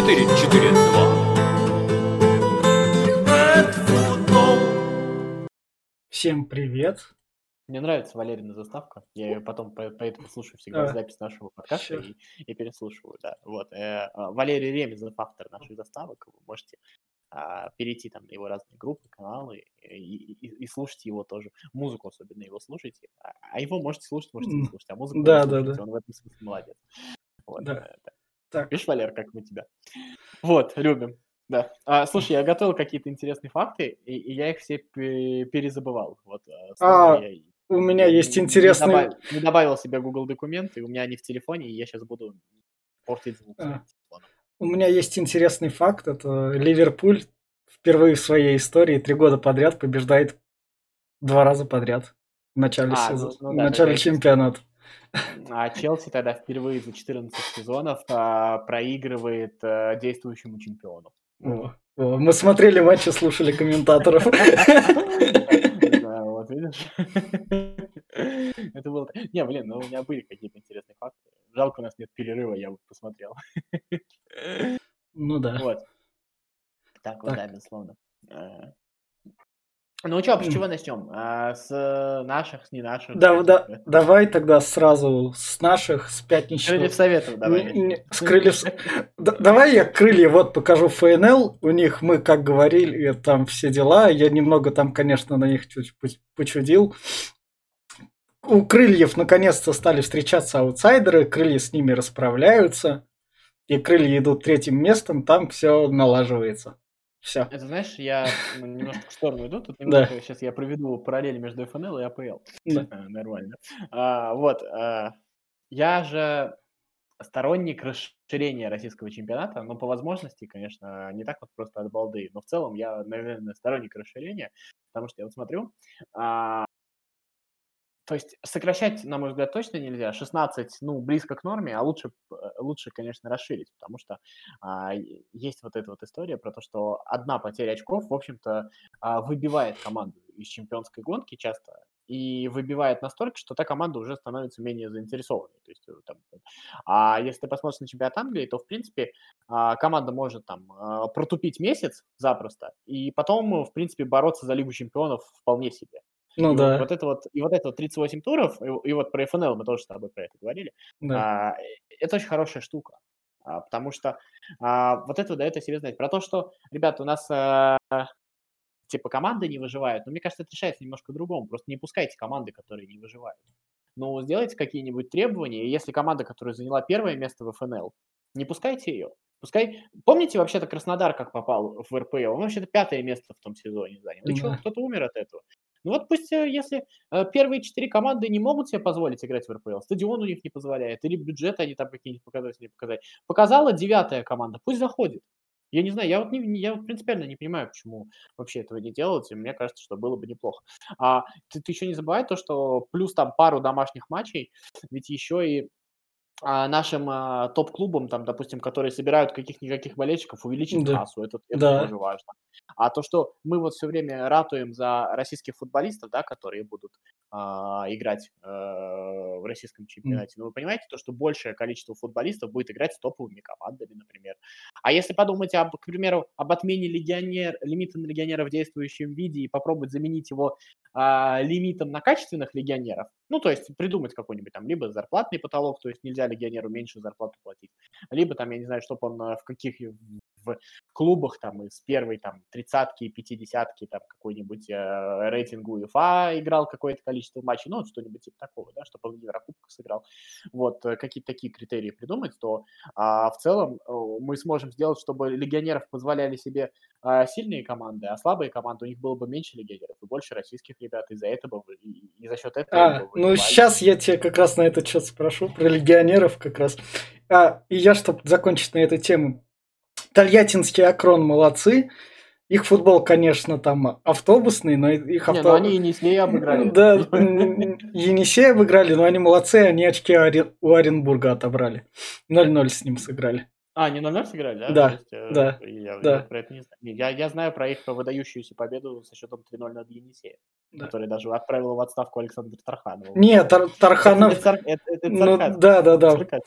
Всем привет. Мне нравится Валерина заставка. Я ее потом поэтому слушаю всегда запись нашего подкаста Всё. и переслушиваю. Да. Вот. Валерий Ремезов, автор наших заставок. Вы можете перейти там на его разные группы, каналы и слушать его тоже. Музыку особенно его слушайте. А его можете слушать, можете не слушать. А музыку не Да. слушайте. Он в этом смысле молодец. Вот. Да. Так. Видишь, Валер, как мы тебя? Вот, любим. Да. Слушай, я готовил какие-то интересные факты, и я их все перезабывал. Вот снова я У меня есть не интересный... добавил себе Google документы, у меня они в телефоне, и я сейчас буду портить звук своим телефоном. У меня есть интересный факт. Это Ливерпуль впервые в своей истории 3 года подряд побеждает 2 раза подряд в начале да, в начале чемпионата. А Челси тогда впервые за 14 сезонов проигрывает действующему чемпиону. Мы смотрели матч и слушали комментаторов. Да, вот видишь. Это было... Не, блин, у меня были какие-то интересные факты. Жалко, у нас нет перерыва, я бы посмотрел. Ну да. Вот. Так, да, безусловно. Ну что, с чего начнем? С наших, с не наших? Давай тогда сразу с наших, с пятничного. Крыльев Советов давай. С Крыльев... Давай я крылья покажу ФНЛ. У них мы, как говорили, там все дела. Я немного там, конечно, на них чуть почудил. У Крыльев наконец-то стали встречаться аутсайдеры. Крылья с ними расправляются. И Крылья идут 3-м местом. Там все налаживается. Все. Это, знаешь, я немножко в сторону иду. Тут немножко сейчас я проведу параллель между ФНЛ и АПЛ. Нормально. Вот. Я же сторонник расширения российского чемпионата, но по возможности, конечно, не так вот просто от балды. Но в целом я, наверное, сторонник расширения, потому что я вот смотрю, то есть сокращать, на мой взгляд, точно нельзя. 16, близко к норме, а лучше, конечно, расширить, потому что есть вот эта вот история про то, что одна потеря очков, в общем-то, выбивает команду из чемпионской гонки часто, и выбивает настолько, что та команда уже становится менее заинтересованной. То есть, а если ты посмотришь на чемпионат Англии, то, в принципе, команда может там протупить месяц запросто, и потом, в принципе, бороться за Лигу чемпионов вполне себе. Вот это вот 38 туров, и вот про ФНЛ мы тоже с тобой про это говорили, это очень хорошая штука, потому что вот это дает о себе знать. Про то, что, ребята, у нас типа команды не выживают, но мне кажется, это решается немножко другому. Просто не пускайте команды, которые не выживают. Но сделайте какие-нибудь требования, и если команда, которая заняла 1-е место в ФНЛ, не пускайте ее. Помните вообще-то Краснодар, как попал в РПЛ? Он вообще-то 5-е место в том сезоне занял. И что, кто-то умер от этого? Ну вот пусть, если первые 4 команды не могут себе позволить играть в РПЛ, стадион у них не позволяет, или бюджет они там какие-нибудь показатели показать. Показала 9-я команда, пусть заходит. Я не знаю, я вот принципиально не понимаю, почему вообще этого не делать, и мне кажется, что было бы неплохо. Ты еще не забывай то, что плюс там пару домашних матчей, ведь еще и нашим топ-клубам, там, допустим, которые собирают каких-никаких болельщиков, увеличить кассу. Это тоже важно. А то, что мы вот все время ратуем за российских футболистов, да, которые будут играть в российском чемпионате, но вы понимаете, то, что большее количество футболистов будет играть с топовыми командами, например. А если подумать, к примеру, об отмене лимита на легионеров в действующем виде и попробовать заменить его лимитом на качественных легионеров, то есть придумать какой-нибудь там либо зарплатный потолок, то есть нельзя легионеру меньше зарплату платить, либо там, я не знаю, чтобы он в клубах там из первой там 30-ки и 50-ки там какой-нибудь рейтинг УЕФА играл какое-то количество матчей, что-нибудь типа такого, да, чтобы он в Еврокубках сыграл. Вот, какие-то такие критерии придумать, то в целом мы сможем сделать, чтобы легионеров позволяли себе сильные команды, а слабые команды, у них было бы меньше легионеров и больше российских ребят, и за счет этого... сейчас я тебя как раз на этот счет спрошу, про легионеров как раз. И я, чтобы закончить на эту тему, Тольяттинский Акрон молодцы. Их футбол, конечно, там автобусный, но их автобус... они Енисея обыграли. Да, Енисея обыграли, но они молодцы, они очки у Оренбурга отобрали. 0-0 с ним сыграли. Не 0-0 сыграли, да? То Да, есть, да, я вот да, про это не знаю. Не, я знаю про их выдающуюся победу со счетом 3-0 над Енисеем, да. который даже отправил в отставку Александра Тарханова. Вот Нет, это Тарханов, это ну сарказм. да, да, Это да, сарказм.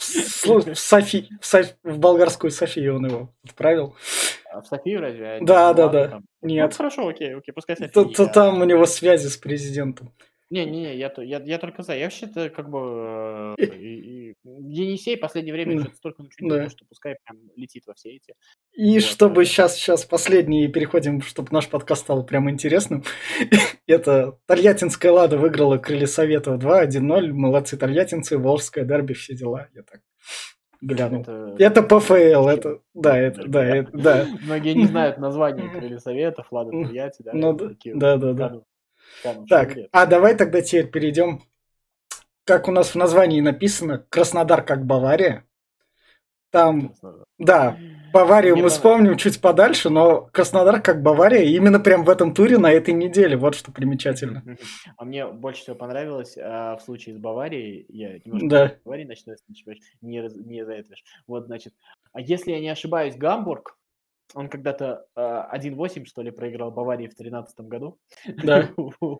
в болгарскую Софию он его отправил. А в Софию разве? Да, Не в да, Ладу да, там? Ну, нет. хорошо, окей, окей, пускай София. Там у него связи с президентом. Не, я только за. Я вообще-то как бы, Енисей в последнее время Да, что то столько начудил, да. что пускай прям летит во все эти. И Вот, чтобы сейчас последний, переходим, чтобы наш подкаст стал прям интересным. Это Тольяттинская «Лада» выиграла «Крылья Советов» 2-1-0. Молодцы тольяттинцы, волжское дерби, все дела. Я так глянул. это Это ПФЛ, вообще это, да, это, дерби, да, да? это, да. Многие не знают названия «Крылья Советов», «Лада Тольятти», да, Ну, и такие да, да, да. канут Так, шаблет. а давай тогда теперь перейдем, как у нас в названии написано, Краснодар как Бавария. Там, Краснодар. да, Баварию Мне мы понравилось. вспомним чуть подальше, но Краснодар как Бавария именно прям в этом туре на этой неделе. Вот что примечательно. А мне больше всего понравилось, в случае с Баварией, я немножко с Да, Баварией начну, если не за это ж. Вот, значит, а если я не ошибаюсь, Гамбург, он когда-то 1-8, что ли, проиграл Баварии в 2013 году. да.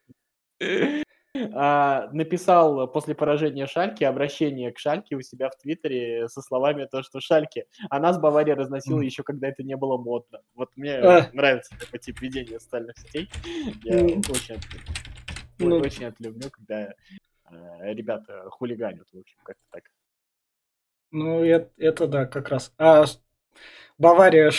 Написал после поражения Шальки обращение к Шальке у себя в Твиттере со словами то, что Шальке, а нас Бавария разносила еще когда это не было модно. Вот мне А, нравится такой тип ведения социальных сетей. Я м, ну, очень это люблю, когда ребята хулиганят, в общем, как-то так. ну, это да, как раз. Бавария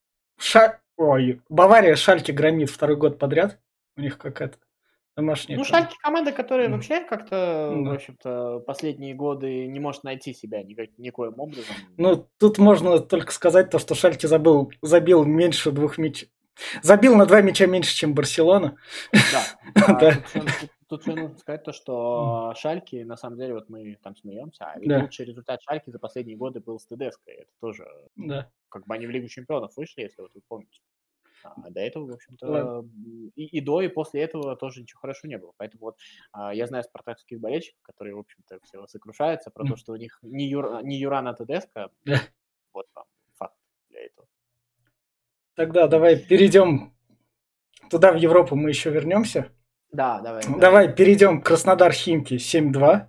Бавария Шальке громит второй год подряд. У них какая-то домашняя Ну, команда. Шальке команда, которая М, вообще как-то, в Да. общем-то, последние годы не может найти себя никоим образом. Ну, тут можно только сказать то, что Шальке забил меньше двух мячей. Забил на 2 мяча меньше, чем Барселона. Да, Да, тут ещё нужно сказать то, что Шальке, на самом деле, вот мы там смеемся, а ведь да, лучший результат Шальке за последние годы был с ТДСКой. Это тоже, да. как бы они в Лигу чемпионов вышли, если вот вы помните. До этого, в Ладно. общем-то, и до, и после этого тоже ничего хорошего не было. Поэтому вот, я знаю спартаковских болельщиков, которые, в общем-то, все сокрушаются про то, М, что у них не Юран, а ТДСК. Да. Вот вам факт для этого. Тогда давай перейдем туда, в Европу мы еще вернемся. Да, давай, давай. Давай перейдем к Краснодар-Химки 7-2.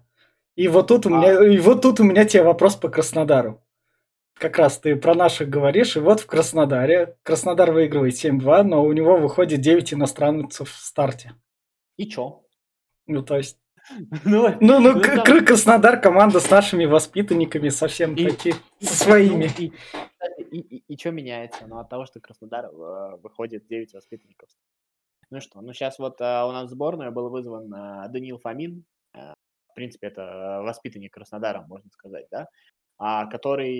А, И вот тут у меня тебе вопрос по Краснодару. Как раз ты про наших говоришь, и вот в Краснодаре. Краснодар выигрывает 7-2, но у него выходит 9 иностранцев в старте. и чё? Ну, то есть, Ну, ну там, Краснодар команда с нашими воспитанниками, совсем и такие, и со ну, своими. кстати, чё меняется? Ну, от того, что Краснодар, выходит 9 воспитанников. Ну что, ну сейчас вот, у нас в сборную был вызван, Даниил Фомин. В принципе, это, воспитанник Краснодара, можно сказать, да, который,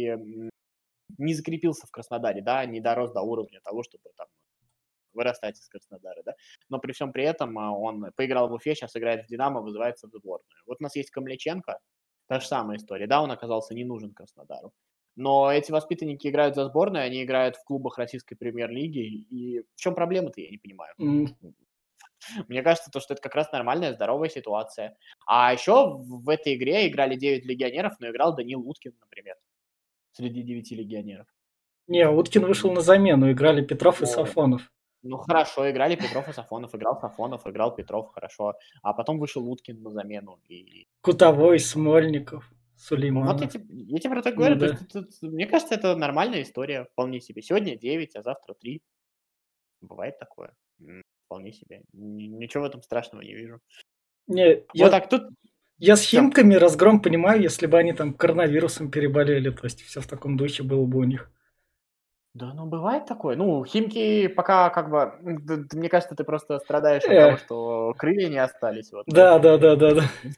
не закрепился в Краснодаре, да, не дорос до уровня того, чтобы там вырастать из Краснодара, да. Но при всем при этом, он поиграл в Уфе, сейчас играет в «Динамо», вызывается в сборную. Вот у нас есть Камляченко, та же самая история. Да, он оказался не нужен Краснодару. Но эти воспитанники играют за сборную, они играют в клубах российской премьер-лиги. И в чем проблема-то, я не понимаю. М, Мне кажется, то, что это как раз нормальная, здоровая ситуация. А еще в этой игре играли 9 легионеров, но играл Данил Уткин, например, среди 9 легионеров. Не, Уткин Вот, вышел на замену, играли Петров и ну, Сафонов. ну хорошо, играли Петров и Сафонов, играл Петров, хорошо. А потом вышел Уткин на замену. Кутовой, Смольников, Вот Сулейманов. я тебе про это Ну говорю. То да. есть, мне кажется, это нормальная история, вполне себе. Сегодня 9, а завтра 3. Бывает такое. Вполне себе. Ничего в этом страшного не вижу. Не, Вот так тут я с всё. Химками разгром понимаю, если бы они там коронавирусом переболели, то есть все в таком духе было бы у них. Да, ну, бывает такое. Ну, Химки пока как бы, мне кажется, ты просто страдаешь от Э, того, что крылья не остались, вот да, поэтому да, ты да, да, да.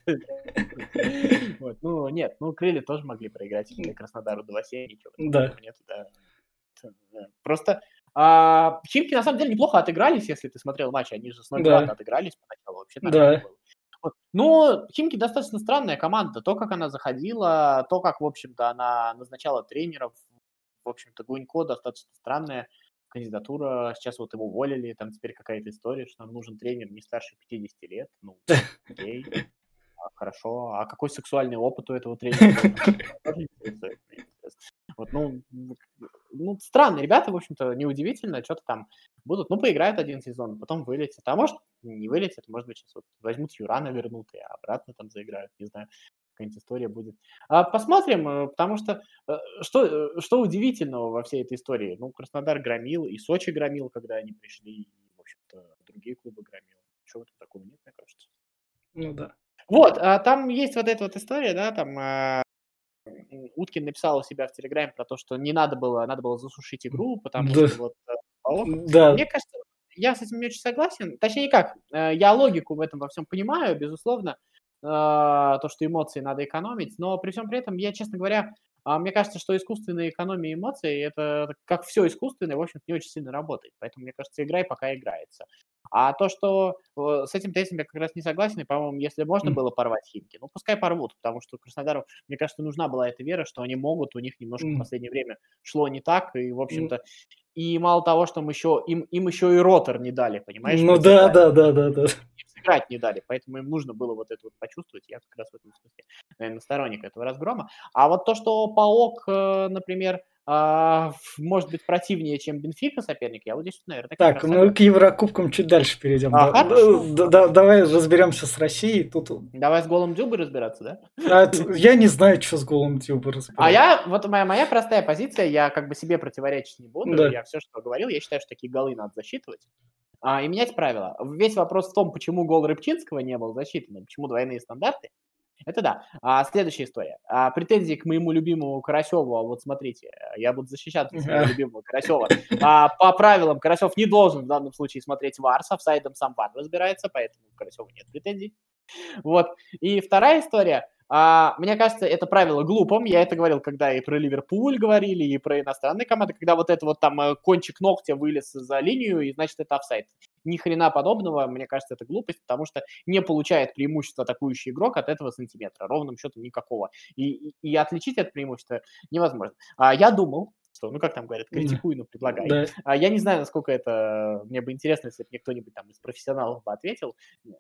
вот, ну, нет, ну, крылья тоже могли проиграть Краснодару 2-7, ничего в этом Да, такого нет, да. Просто, Химки на самом деле неплохо отыгрались, если ты смотрел матч, они же с 0-2 да, отыгрались поначалу, вообще нормально да. было. Вот. Но Химки достаточно странная команда. То, как она заходила, то, как, в общем-то, она назначала тренеров. В общем-то, Гунько достаточно странная кандидатура. Сейчас вот его уволили, там теперь какая-то история, что нам нужен тренер не старше 50 лет. Ну, окей, хорошо. А какой сексуальный опыт у этого тренера был? Тоже интересует, мне интересно. Вот, странные ребята, в общем-то, неудивительно, что-то там будут, поиграют один сезон, потом вылетят. А может, не вылетят, может быть, сейчас вот возьмут Юрана, вернут и обратно там заиграют, не знаю, какая-нибудь история будет. Посмотрим, потому что что удивительного во всей этой истории? Краснодар громил, и Сочи громил, когда они пришли, и, в общем-то, другие клубы громил. Ничего в этом такого нет, мне кажется. Ну да. Вот, там есть вот эта вот история, да, там Уткин написал у себя в Телеграме про то, что надо было засушить игру, потому Да, что вот паук. да, Мне кажется, я с этим не очень согласен. Точнее как, я логику в этом во всем понимаю, безусловно, то, что эмоции надо экономить, но при всем при этом я, честно говоря, мне кажется, что искусственная экономия эмоций, это как все искусственное, в общем-то, не очень сильно работает. Поэтому, мне кажется, играй, пока играется. А то, что с этим тезисом я как раз не согласен, и, по-моему, если можно было порвать Химки, пускай порвут, потому что Краснодару, мне кажется, нужна была эта вера, что они могут, у них немножко в последнее время шло не так, и, в общем-то, и мало того, что им еще и ротор не дали, понимаешь, ну да, поддержать. да, да, да, да. Им сыграть не дали, поэтому им нужно было вот это вот почувствовать. Я как раз в этом смысле, наверное, сторонник этого разгрома. А вот то, что Паок, например, может быть противнее, чем Бенфика соперник, я вот здесь, наверное, как Так, раз мы согласен. к Еврокубкам чуть дальше перейдем. Хорошо, Давай разберемся с Россией. Тут давай с голым Дзюбой разбираться, да? я не знаю, что с голым Тюбой разбирать. Вот моя простая позиция, я как бы себе противоречить не буду, Да. я все, что говорил, я считаю, что такие голы надо засчитывать. И менять правила. Весь вопрос в том, почему гол Рыбчинского не был засчитан, почему двойные стандарты. Это да. Следующая история. Претензии к моему любимому Карасеву. Вот смотрите, я буду защищаться своего любимого Карасева. По правилам Карасев не должен в данном случае смотреть ВАР, с офсайдом сам ВАР разбирается, поэтому у Карасева нет претензий. Вот. И вторая история. Мне кажется, это правило глупым. Я это говорил, когда и про Ливерпуль говорили, и про иностранные команды, когда вот это вот там кончик ногтя вылез за линию, и значит это офсайд. Ни хрена подобного, мне кажется, это глупость, потому что не получает преимущество атакующий игрок от этого сантиметра, ровным счетом никакого. И отличить это преимущество невозможно. Я думал, что, как там говорят, критикуй, но предлагай. Да. Я не знаю, насколько это... Мне бы интересно, если бы мне кто-нибудь там из профессионалов бы ответил.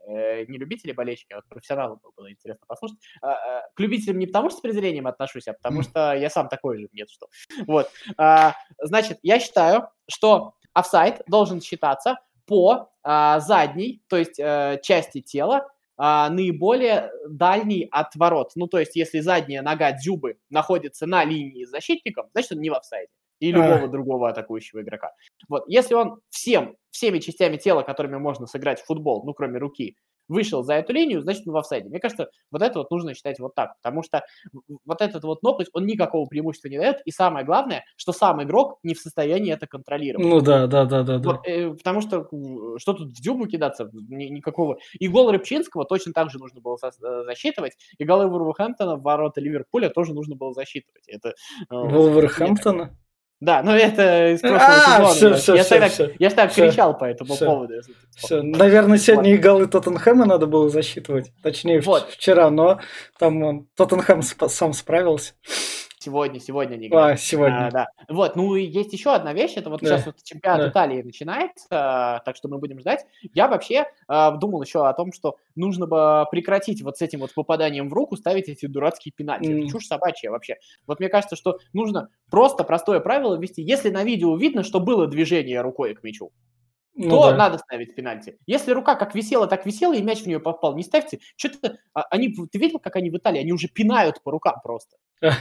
Не любители болельщики, а вот профессионалов было интересно послушать. К любителям не потому, что с презрением отношусь, а потому что я сам такой же, нет что. Вот. Значит, я считаю, что офсайд должен считаться по задней, то есть части тела, наиболее дальний от ворот. То есть, если задняя нога Дзюбы находится на линии с защитником, значит, он не в офсайде. И любого другого атакующего игрока. Вот. Если он всеми частями тела, которыми можно сыграть в футбол, кроме руки, вышел за эту линию, значит, он в офсайде. Мне кажется, вот это вот нужно считать вот так, потому что вот этот вот ноготь, он никакого преимущества не дает, и самое главное, что сам игрок не в состоянии это контролировать. Ну да. Вот, потому что что тут в Дзюбу кидаться? Никакого. И гол Рыбчинского точно так же нужно было засчитывать, и голы Вулверхэмптона в ворота Ливерпуля тоже нужно было засчитывать. Это, Вулверхэмптона? Да, это из прошлого сезона. Я тогда кричал по этому поводу. Все. Наверное, сегодня и голы Тоттенхэма надо было засчитывать. Точнее, вчера, но там Тоттенхэм сам справился. Сегодня не играют. Сегодня. Да. Вот, и есть еще одна вещь, это вот сейчас вот чемпионат Италии начинается, так что мы будем ждать. Я вообще думал еще о том, что нужно бы прекратить вот с этим вот попаданием в руку ставить эти дурацкие пенальти. Это чушь собачья вообще. Вот мне кажется, что нужно просто простое правило ввести. Если на видео видно, что было движение рукой к мячу, то надо ставить пенальти. Если рука как висела, и мяч в нее попал, не ставьте. Что-то ты видел, как они в Италии? Они уже пинают по рукам просто.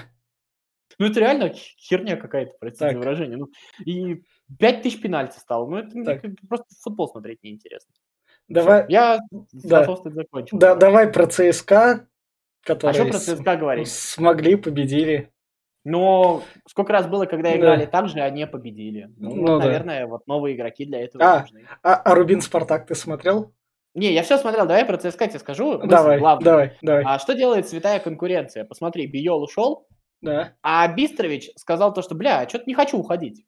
Это реально херня какая-то, простите за выражение. И 5000 пенальти стало. Это просто футбол смотреть неинтересно. Давай. Я закончил. Давай про ЦСКА, которые что про ЦСКА говорить? Смогли, победили. Но сколько раз было, когда играли так же, они победили. Наверное, вот новые игроки для этого нужны. А Рубин Спартак ты смотрел? Не, я все смотрел. Давай про ЦСКА тебе скажу. Давай. Что делает святая конкуренция? Посмотри, Биол ушел. Да. А Бистрович сказал то, что, что-то не хочу уходить.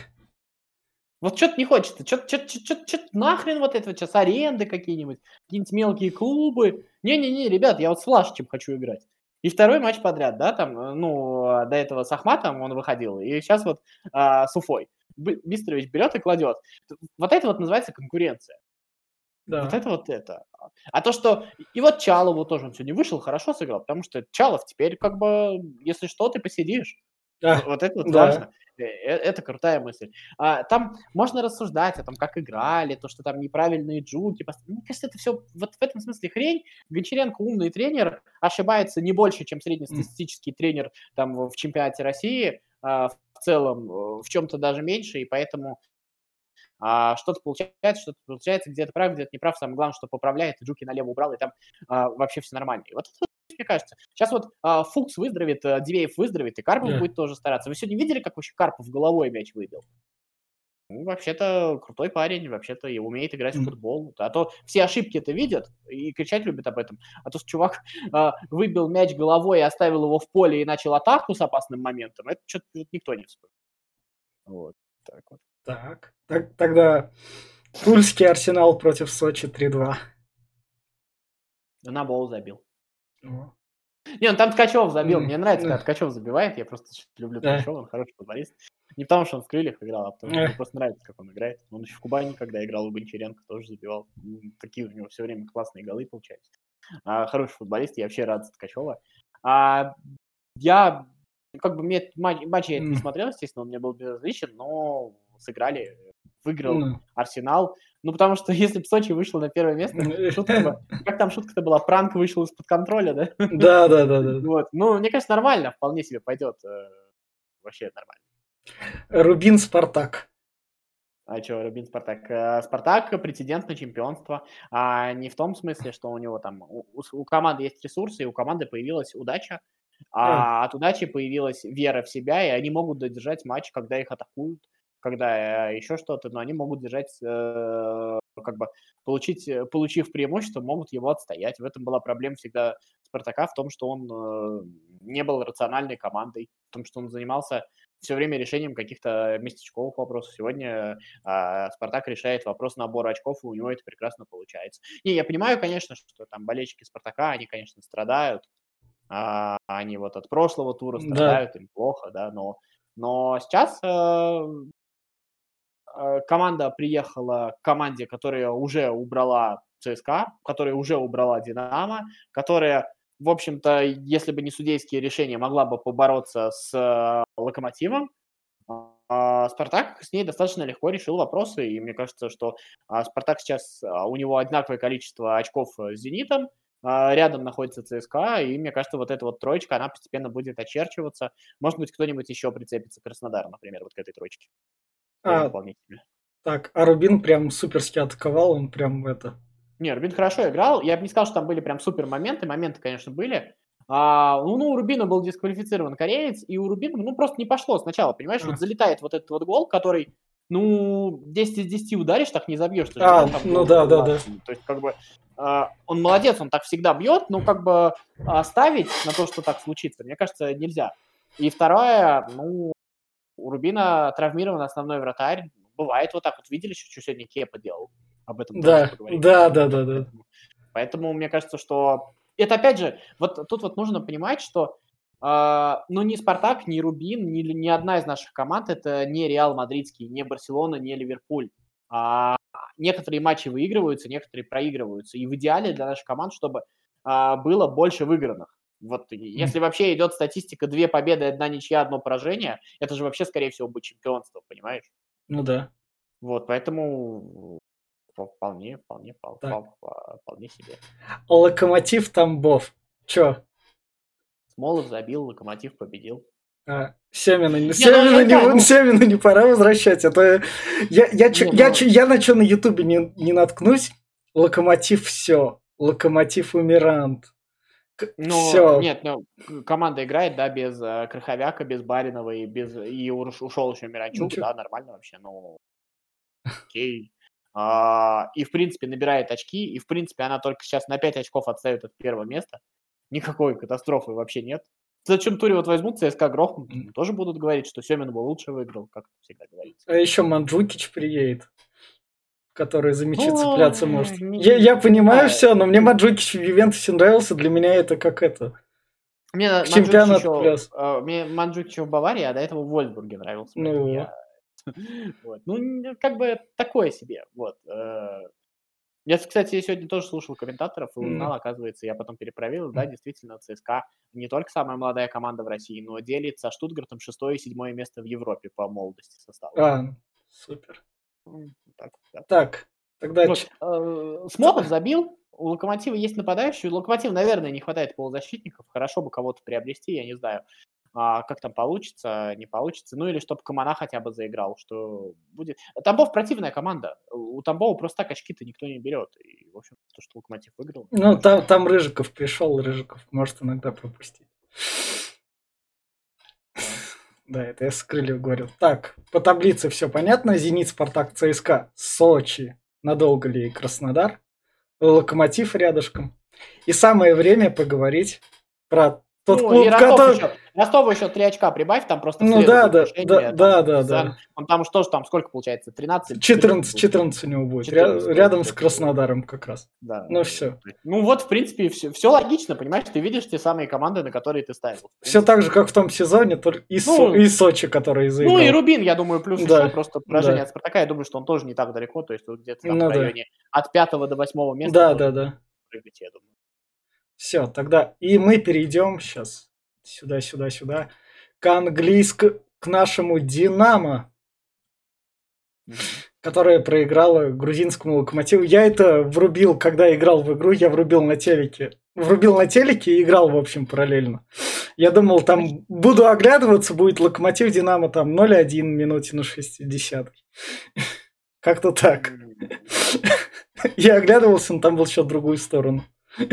Вот что-то не хочется. Что-то нахрен вот это вот сейчас аренды какие-нибудь мелкие клубы. Не-не-не, ребят, я вот с Влашичем хочу играть. И второй матч подряд, да, там, до этого с Ахматом он выходил, и сейчас вот с Уфой. Бистрович берет и кладет. Вот это вот называется конкуренция. Да. Вот это вот это. А то, что... И вот Чалову тоже он сегодня вышел, хорошо сыграл, потому что Чалов теперь как бы, если что, ты посидишь. Вот это вот да. важно. Это крутая мысль. Там можно рассуждать о том, как играли, то, что там неправильные джуки. Мне кажется, это все вот в этом смысле хрень. Гончаренко умный тренер, ошибается не больше, чем среднестатистический тренер там в чемпионате России, в целом в чем-то даже меньше, и поэтому что-то получается, где-то прав, где-то не прав. Самое главное, что поправляет, и Джуки налево убрал, и там вообще все нормально. И вот это, мне кажется. Сейчас вот Фукс выздоровеет, Дивеев выздоровеет, и Карпов Да. будет тоже стараться. Вы сегодня видели, как вообще Карпов головой мяч выбил? Ну, вообще-то крутой парень, вообще-то и умеет играть в футбол. А то все ошибки это видят и кричать любят об этом. А то, что чувак выбил мяч головой и оставил его в поле и начал атаку с опасным моментом, это что-то никто не вспомнил. Вот так вот. Так. Тогда Тульский Арсенал против Сочи 3-2. На бол забил. О. Не, ну там Ткачев забил. Мне нравится, Да. когда Ткачев забивает. Я просто люблю Да. Ткачева, он хороший футболист. Не потому, что он в крыльях играл, а потому, что мне просто нравится, как он играет. Он еще в Кубани, когда играл у Гончаренко, тоже забивал. Такие у него все время классные голы получались. Хороший футболист, я вообще рад за Ткачева. Я, как бы, мне матч я это не смотрел, естественно, он мне был безразличен, но сыграли, выиграл Арсенал. Ну, потому что если бы Сочи вышел на первое место, шутка бы... Как там шутка-то была? Пранк вышел из-под контроля, да? Да. Вот. Ну, мне кажется, нормально, вполне себе пойдет. Вообще нормально. Рубин Спартак. А что, Рубин Спартак? Спартак претендент на чемпионство. Не в том смысле, что у него там у команды есть ресурсы, и у команды появилась удача, а от удачи появилась вера в себя, и они могут додержать матч, когда их атакуют, когда еще что-то, но они могут держать, как бы, получив преимущество, могут его отстоять. В этом была проблема всегда Спартака, в том, что он не был рациональной командой, в том, что он занимался все время решением каких-то местечковых вопросов. Сегодня Спартак решает вопрос набора очков, и у него это прекрасно получается. Не, я понимаю, конечно, что там болельщики Спартака, они, конечно, страдают, они вот от прошлого тура страдают, им плохо, да, но сейчас команда приехала к команде, которая уже убрала ЦСКА, которая уже убрала Динамо, которая, в общем-то, если бы не судейские решения, могла бы побороться с Локомотивом. Спартак с ней достаточно легко решил вопросы, и мне кажется, что Спартак сейчас, у него одинаковое количество очков с Зенитом, рядом находится ЦСКА, и мне кажется, вот эта вот троечка, она постепенно будет очерчиваться. Может быть, кто-нибудь еще прицепится, Краснодар, например, вот к этой троечке. Вполне себе. Так, а Рубин прям суперски атаковал, он прям это... Не, Рубин хорошо играл. Я бы не сказал, что там были прям супер моменты. Моменты, конечно, были. У Рубина был дисквалифицирован кореец, и у Рубина, просто не пошло сначала, понимаешь? Вот залетает вот этот вот гол, который, 10 из 10 ударишь, так не забьешь. Ты же видел, там да. То есть, как бы, он молодец, он так всегда бьет, но как бы ставить на то, что так случится, мне кажется, нельзя. И второе, у Рубина травмирован основной вратарь. Бывает вот так вот. Видели, что сегодня Кепа делал? Об этом тоже поговорим. Да. Поэтому мне кажется, что... Это, опять же, вот тут вот нужно понимать, что ни Спартак, ни Рубин, ни одна из наших команд, это не Реал Мадридский, не Барселона, не Ливерпуль. Некоторые матчи выигрываются, некоторые проигрываются. И в идеале для наших команд, чтобы было больше выигранных. Вот если вообще идет статистика 2 победы, 1 ничья, 1 поражение, это же вообще, скорее всего, будет чемпионство, понимаешь? Ну да. Вот, поэтому вполне себе. Локомотив Тамбов. Чё? Смолов забил, Локомотив победил. Семина не пора возвращать. Это я на что на Ютубе не наткнусь. Локомотив все. Локомотив Умирант. Нет, команда играет, да, без Краховяка, без Баринова и ушел еще Миранчук, да, нормально вообще, окей. И, в принципе, набирает очки, и, в принципе, она только сейчас на 5 очков отстает от первого места. Никакой катастрофы вообще нет. В следующем туре вот возьмут ЦСКА грохнут, тоже будут говорить, что Семин был лучше выиграл, как всегда говорится. А еще Манджукич приедет, который за мячи цепляться может. Я понимаю все, но мне Манджукич в Ювентусе нравился, для меня это как это... Мне Манджукич в Баварии, а до этого в Вольсбурге нравился. Как бы такое себе, вот. Я, кстати, сегодня тоже слушал комментаторов и узнал, М, оказывается, я потом перепроверил, да, действительно, ЦСКА не только самая молодая команда в России, но делит со Штутгартом 6 и 7 место в Европе по молодости состава. Супер. Так, да. Так, тогда Вот, Смолов забил, у Локомотива есть нападающий, у Локомотива, наверное, не хватает полузащитников, хорошо бы кого-то приобрести, я не знаю, как там получится, не получится, ну или чтобы Комана хотя бы заиграл, что будет. Тамбов противная команда, у Тамбова просто так очки-то никто не берет, и, в общем, то, что Локомотив выиграл, Ну, хорошо. там Рыжиков пришел, Рыжиков может иногда пропустить. Да. Да, это я с крыльев говорю. Так, по таблице все понятно. Зенит, Спартак, ЦСКА, Сочи, надолго ли и Краснодар, Локомотив рядышком. И самое время поговорить про тот Ну и клуб, Ростов который... еще. Ростову еще 3 очка прибавь, там просто в Ну среду да, будет да, да, решение, да, там, да, да. он там уж тоже там сколько получается, 13 или 14 14, будет? 14 у него будет. 14, то есть Рядом с это, Краснодаром как раз. да. Ну все. Ну вот, в принципе, все логично, понимаешь, ты видишь те самые команды, на которые ты ставил. В Все принципе, так же, как в том сезоне, только и ну, Сочи, который ну и заиграл. Рубин, я думаю, плюс еще, Да, просто поражение да. от Спартака, я думаю, что он тоже не так далеко, то есть вот где-то там в Ну да. районе от 5 до 8 места Да, тоже да, будет да. прыгать, я думаю. Все, тогда и мы перейдем сейчас сюда, сюда, сюда к английскому, к нашему Динамо, Мгм. которая проиграла грузинскому Локомотиву. Я это врубил, когда играл в игру, я врубил на телеке. Врубил на телеке и играл, в общем, параллельно. Я думал, там буду оглядываться, будет Локомотив Динамо там 0-1 минуте на 60. Как-то так. Я оглядывался, но там был счет в другую сторону.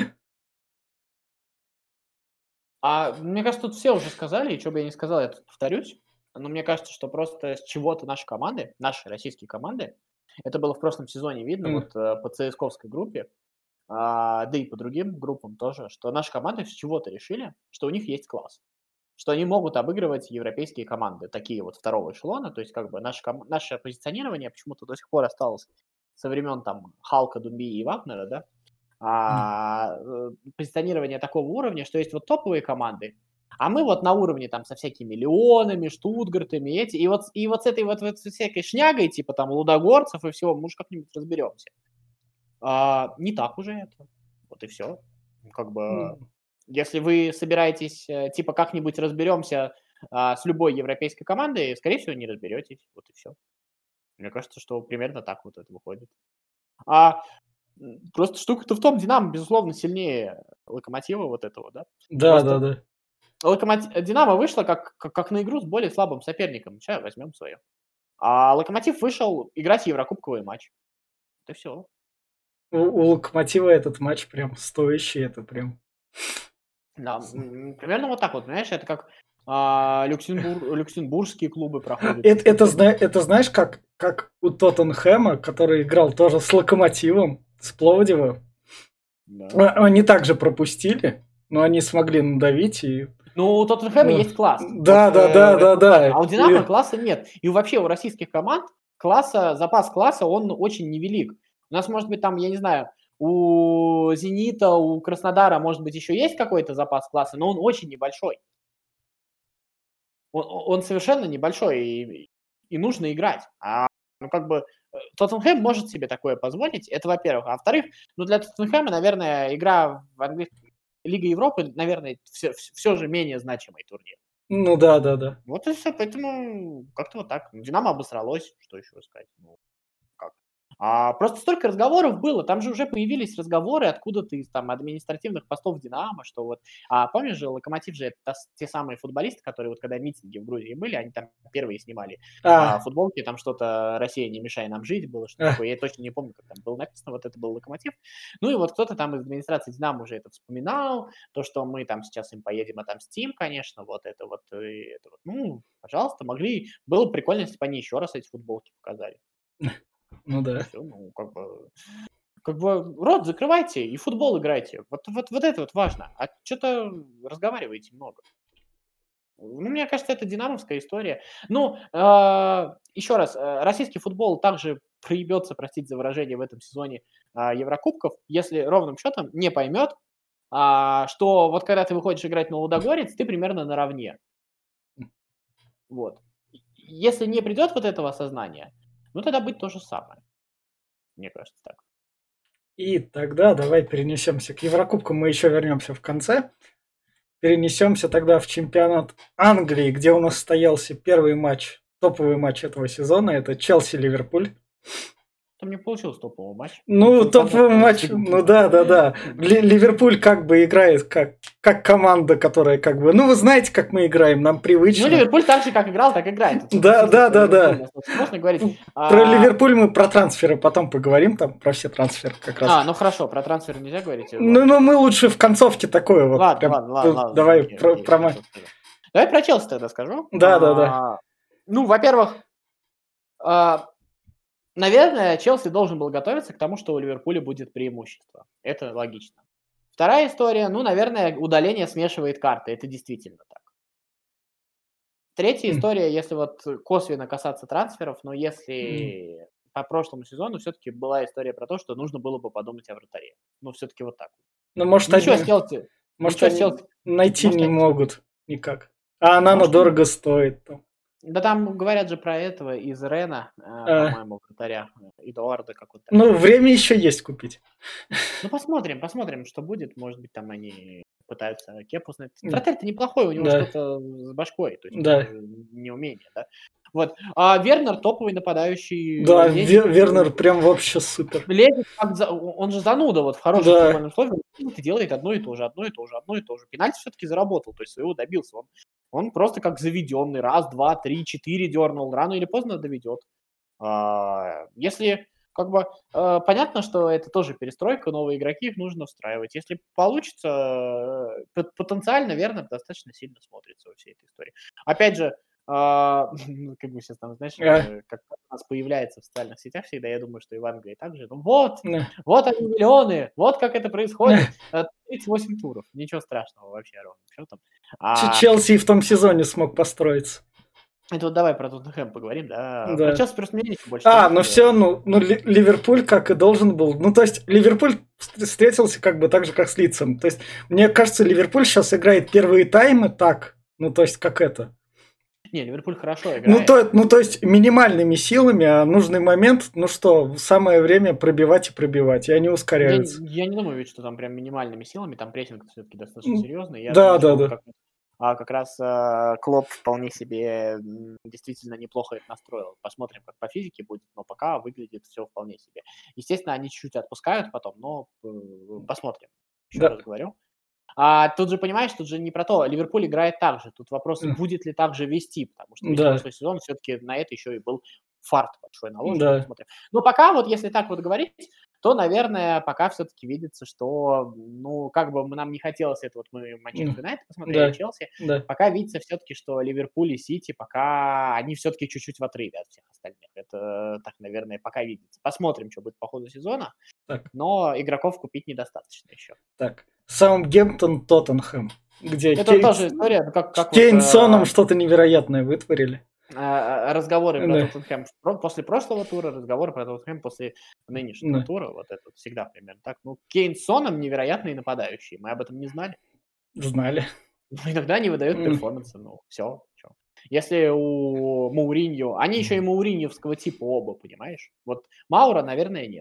Мне кажется, тут все уже сказали, и что бы я ни сказал, я тут повторюсь. Но мне кажется, что просто с чего-то наши команды, наши российские команды, это было в прошлом сезоне видно, М. вот по ЦСКовской группе, да и по другим группам тоже, что наши команды с чего-то решили, что у них есть класс, что они могут обыгрывать европейские команды, такие вот второго эшелона, то есть как бы наше позиционирование почему-то до сих пор осталось со времен там Халка, Думбии и Вагнера, да, позиционирование такого уровня, что есть вот топовые команды, а мы вот на уровне там со всякими Леонами, Штутгартами, и вот с этой вот всякой шнягой, типа там лудогорцев и всего, мы уж как-нибудь разберемся. Не так уже это. Вот и все. Как бы, М. если вы собираетесь, типа, как-нибудь разберемся, с любой европейской командой, скорее всего, не разберетесь. Вот и все. Мне кажется, что примерно так вот это выходит. А, просто штука-то в том, «Динамо», безусловно, сильнее «Локомотива» вот этого, да. Да, да, Просто да. «Динамо» вышла как на игру с более слабым соперником. Ща возьмем свое. А «Локомотив» вышел играть еврокубковый матч. Это все. У Локомотива этот матч прям стоящий, это прям... Да, примерно вот так вот, понимаешь, это как, люксембургские клубы проходят, и Это, смотрим. это знаешь, как у Тоттенхэма, который играл тоже с Локомотивом, с Пловдива. Да. Они также пропустили, но они смогли надавить и... Ну, у «Тоттенхэма» Ну, есть класс, вот, да, да, да, да, это важно, да. а у «Динамо» класса нет. И вообще у российских команд запас класса, он очень невелик. У нас, может быть, там, я не знаю, у «Зенита», у «Краснодара», может быть, еще есть какой-то запас класса, но он очень небольшой. Он совершенно небольшой, и нужно играть. Ну, как бы, Тоттенхэм может себе такое позволить, это во-первых. А во-вторых, ну, для Тоттенхэма, наверное, игра в английской Лиге Европы, наверное, все же менее значимый турнир. Ну да, да, да. Вот и все, поэтому как-то вот так. «Динамо» обосралось, что еще сказать? Ну, как. Просто столько разговоров было, там же уже появились разговоры откуда-то из там административных постов «Динамо», что вот, помнишь же, «Локомотив» же это те самые футболисты, которые вот когда митинги в Грузии были, они там первые снимали А, футболки, там что-то «Россия, не мешай нам жить» было, что а, такое, я точно не помню, как там было написано, вот это был «Локомотив». Ну и вот кто-то там из администрации «Динамо» уже это вспоминал, то, что мы там сейчас им поедем отомстим, конечно, вот это вот, и это вот, ну, пожалуйста, было бы прикольно, если бы они еще раз эти футболки показали. ну И да. все, ну, как бы рот закрывайте и футбол играйте. Вот это вот важно. А что то разговариваете много. Ну, мне кажется, это динамовская история. Ну, еще раз, российский футбол также проебется, простите за выражение, в этом сезоне, Еврокубков, если ровным счетом не поймет, что вот когда ты выходишь играть на Лудогорец, ты примерно наравне. Вот. Если не придет вот этого осознания, ну, тогда будет то же самое. Мне кажется так. И тогда давай перенесемся к Еврокубку, мы еще вернемся в конце. Перенесемся тогда в чемпионат Англии, где у нас состоялся первый матч, топовый матч этого сезона. Это Челси-Ливерпуль. Там не получился топовый матч. Ну, топовый матч, ну да. Ливерпуль как бы играет как команда, которая как бы... Ну, вы знаете, как мы играем, нам привычно. Ну, Ливерпуль так же, как играл, так играет. Да. Можно говорить. Про Ливерпуль мы про трансферы потом поговорим, там про все трансферы как раз. Ну хорошо, про трансферы нельзя говорить. Ну, мы лучше в концовке такое вот. Ладно. Давай окей, про матч. Давай про Челси тогда скажу. Да. Ну, во-первых, наверное, Челси должен был готовиться к тому, что у Ливерпуля будет преимущество. Это логично. Вторая история, ну, наверное, удаление смешивает карты. Это действительно так. Третья история, если вот косвенно касаться трансферов, но если по прошлому сезону все-таки была история про то, что нужно было бы подумать о вратаре. Ну, все-таки вот так. Ну, может, Ничего они, с Челси. может, они найти не могут никак. А она дорого стоит. Там. Да там говорят же про этого из Рена, по-моему, вратаря, Эдуарда какого-то. Ну, время еще есть купить. Ну, посмотрим, что будет. Может быть, там они пытаются Кепу знать. Вратарь-то неплохой, у него что-то с башкой, то есть не умение, да. Вот. А Вернер топовый нападающий. Да, Вернер прям вообще супер. Лезет, он же зануда, вот в хорошем футбольном слове, делает одно и то же. Пенальти все-таки заработал, то есть своего добился. Он просто как заведенный. Раз, два, три, 4 дернул. Рано или поздно доведет. Если как бы понятно, что это тоже перестройка, новые игроки, их нужно встраивать. Если получится, потенциально Вернер достаточно сильно смотрится во всей этой истории. Опять же, как бы сейчас там, знаешь, как у нас появляется в социальных сетях всегда, я думаю, что и в Англии также. Ну вот они миллионы, вот как это происходит. 38 туров, ничего страшного вообще, ровно. Что там? Челси в том сезоне смог построиться. Это вот давай про Тоттенхэм поговорим, да? Про Челси просто мне ничего больше. Ну все, Ливерпуль как и должен был. Ну, то есть, Ливерпуль встретился как бы так же, как с Лидсом. То есть, мне кажется, Ливерпуль сейчас играет первые таймы так, ну, то есть, как это. Не, Ливерпуль хорошо играет. То есть, минимальными силами, а нужный момент, самое время пробивать, и они ускоряются. Я не думаю, ведь, что там прям минимальными силами, там прессинг все-таки достаточно серьезный. Да. Как раз Клоп вполне себе действительно неплохо их настроил. Посмотрим, как по физике будет, но пока выглядит все вполне себе. Естественно, они чуть-чуть отпускают потом, но посмотрим. Еще раз говорю. Тут же, понимаешь, тут же не про то. Ливерпуль играет так же. Тут вопрос, будет ли так же вести, потому что весь прошлый сезон все-таки на это еще и был фарт большой наложен. Посмотрим. Но пока вот, если так вот говорить, то, наверное, пока все-таки видится, что, ну, как бы нам не хотелось это, вот мы Манчестер Юнайтед посмотрели, Челси, пока видится все-таки, что Ливерпуль и Сити пока, они все-таки чуть-чуть в отрыве от всех остальных. Это так, наверное, пока видится. Посмотрим, что будет по ходу сезона, но игроков купить недостаточно еще. Так, Саутгемптон, Тоттенхэм, где это тоже история, как Кейн с Соном что-то невероятное вытворили. Разговоры про Тоттенхэм после прошлого тура, разговоры про Тоттенхэм после нынешнего тура, вот это всегда примерно так. Ну, Кейн с Соном невероятные нападающие, мы об этом не знали. Знали. Но иногда не выдают перформансы, все. Если у Мауриньо, они еще и мауриньевского типа оба, понимаешь? Вот Маура, наверное, нет.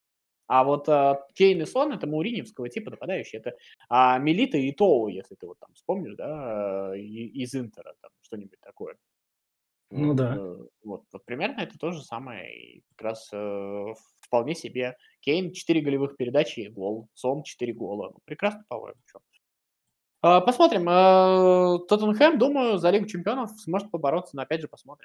А вот Кейн и Сон — это мауриньевского типа нападающие. Это Милита и Тоу, если ты вот там вспомнишь, да, из Интера, там что-нибудь такое. Ну да. Вот примерно это то же самое. И как раз вполне себе. Кейн 4 голевых передачи и гол. Сон 4 гола. Ну, прекрасно, по-моему. Посмотрим. Тоттенхэм, думаю, за Лигу чемпионов сможет побороться, но опять же посмотрим.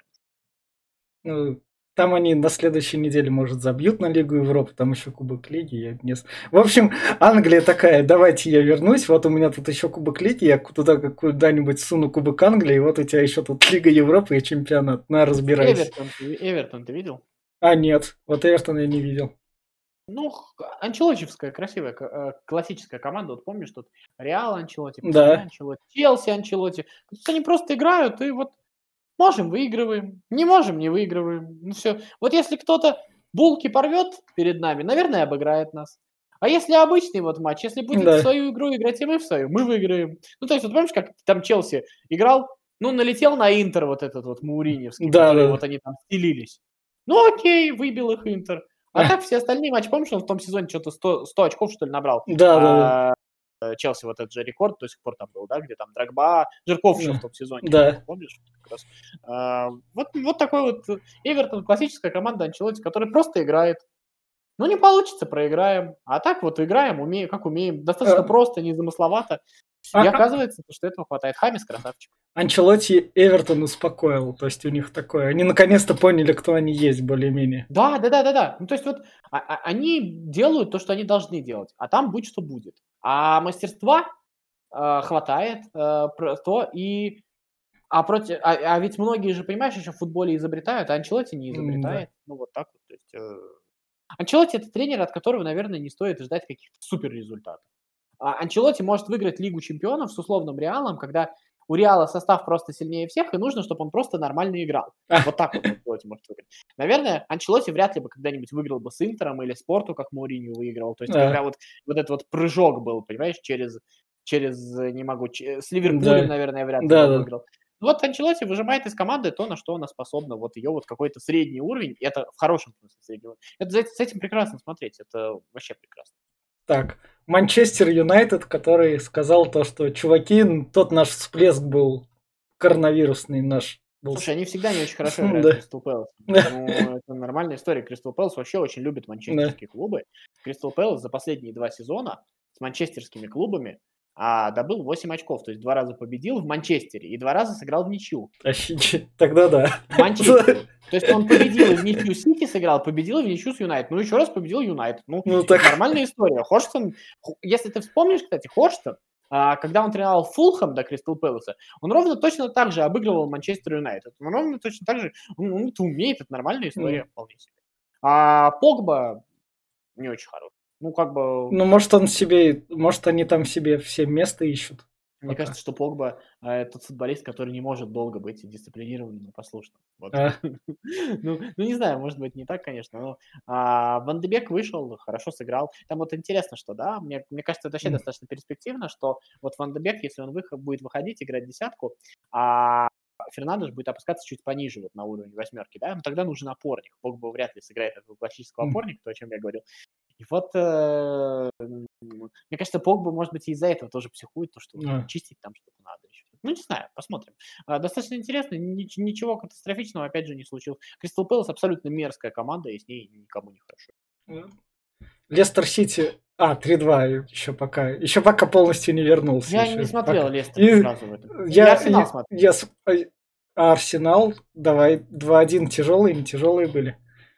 Там они на следующей неделе, может, забьют на Лигу Европы, там еще Кубок Лиги. В общем, Англия такая, давайте я вернусь, вот у меня тут еще Кубок Лиги, я туда куда-нибудь суну Кубок Англии, и вот у тебя еще тут Лига Европы и чемпионат, разбирайся. Эвертон ты видел? Нет, вот Эвертон я не видел. Ну, анчелотчевская, красивая, классическая команда. Вот помнишь, тут Реал Анчелотти, Анчелотти, Челси Анчелотти. Они просто играют, и вот можем — выигрываем, не можем — не выигрываем. Ну все. Вот если кто-то булки порвет перед нами, наверное, обыграет нас. А если обычный вот матч, если будет в свою игру играть, и мы в свою, мы выиграем. Ну, то есть, вот помнишь, как там Челси играл, налетел на Интер вот этот вот мауриньевский, который вот они там стелились. Ну, окей, выбил их Интер. А так все остальные матчи, помнишь, он в том сезоне что-то 100 очков, что ли, набрал? Да. Челси вот этот же рекорд до сих пор там был, да, где там Дрогба, Жирков еще в том сезоне, Да. помнишь? Как раз. Вот такой вот Эвертон, классическая команда Анчелотти, которая просто играет. Ну, не получится, проиграем. А так вот играем, умеем, как умеем. Достаточно просто, незамысловато. И оказывается, что этого хватает. Хамис красавчик. Анчелотти Эвертон успокоил. То есть у них такое. Они наконец-то поняли, кто они есть, более-менее. Да. Ну, то есть вот они делают то, что они должны делать. А там будь что будет. А мастерства хватает то и... А ведь многие же, понимаешь, еще в футболе изобретают, а Анчелотти не изобретает. Ну, вот так вот. То есть, Анчелотти – это тренер, от которого, наверное, не стоит ждать каких-то супер результатов. Анчелотти может выиграть Лигу чемпионов с условным Реалом, когда у Реала состав просто сильнее всех, и нужно, чтобы он просто нормально играл. Вот так вот Анчелотти может выиграть. Наверное, Анчелотти вряд ли бы когда-нибудь выиграл бы с Интером или с Порту, как Мауриньо выигрывал. То есть когда вот этот вот прыжок был, понимаешь, с Ливерпулем, наверное, вряд ли бы выиграл. Вот Анчелотти выжимает из команды то, на что она способна. Вот ее вот какой-то средний уровень, и это в хорошем смысле средний уровень. С этим прекрасно смотреть, это вообще прекрасно. Так, Манчестер Юнайтед, который сказал то, что, чуваки, тот наш всплеск был коронавирусный наш. Слушай, они всегда не очень хорошо играют в Кристал Пэлас. Ну, это нормальная история. Кристал Пэлас вообще очень любит манчестерские клубы. Кристал Пэлас за последние 2 сезона с манчестерскими клубами добыл 8 очков. То есть 2 раза победил в Манчестере и 2 раза сыграл в ничью. Тогда да. Манчестер. То есть он победил и в ничью Сити сыграл, победил и в ничью с Юнайтед. Ну, еще раз победил Юнайтед. Ну, это нормальная история. Ходжсон, если ты вспомнишь, кстати, Ходжсон, когда он тренировал Фулхэм до Кристал Пэласа, он ровно точно так же обыгрывал Манчестер Юнайтед. Он ровно точно так же, он это умеет, это нормальная история вполне себе. А Погба не очень хороший. Ну, как бы... Ну, может, они там себе все место ищут. Мне кажется, что Погба тот футболист, который не может долго быть дисциплинированным и послушным. Вот. Ну, не знаю, может быть, не так, конечно, но Ван де Бек вышел, хорошо сыграл. Там вот интересно, что, да, мне кажется, это вообще достаточно перспективно, что вот Ван де Бек, если он будет выходить, играть десятку, а Фернандеш будет опускаться чуть пониже вот на уровень 8, да, но тогда нужен опорник. Погба вряд ли сыграет этого классического опорника, то, о чем я говорил. И вот, мне кажется, Погба, может быть, и из-за этого тоже психует, то, что чистить там что-то надо еще. Ну, не знаю, посмотрим. Достаточно интересно, ничего катастрофичного, опять же, не случилось. Кристал Пэлас абсолютно мерзкая команда, и с ней никому не хорошо. Лестер Сити... 3-2 еще пока полностью не вернулся. Я не смотрел Лестер сразу в этом. Я Арсенал смотрел. Арсенал, давай, 2-1 тяжелые, не тяжелые были.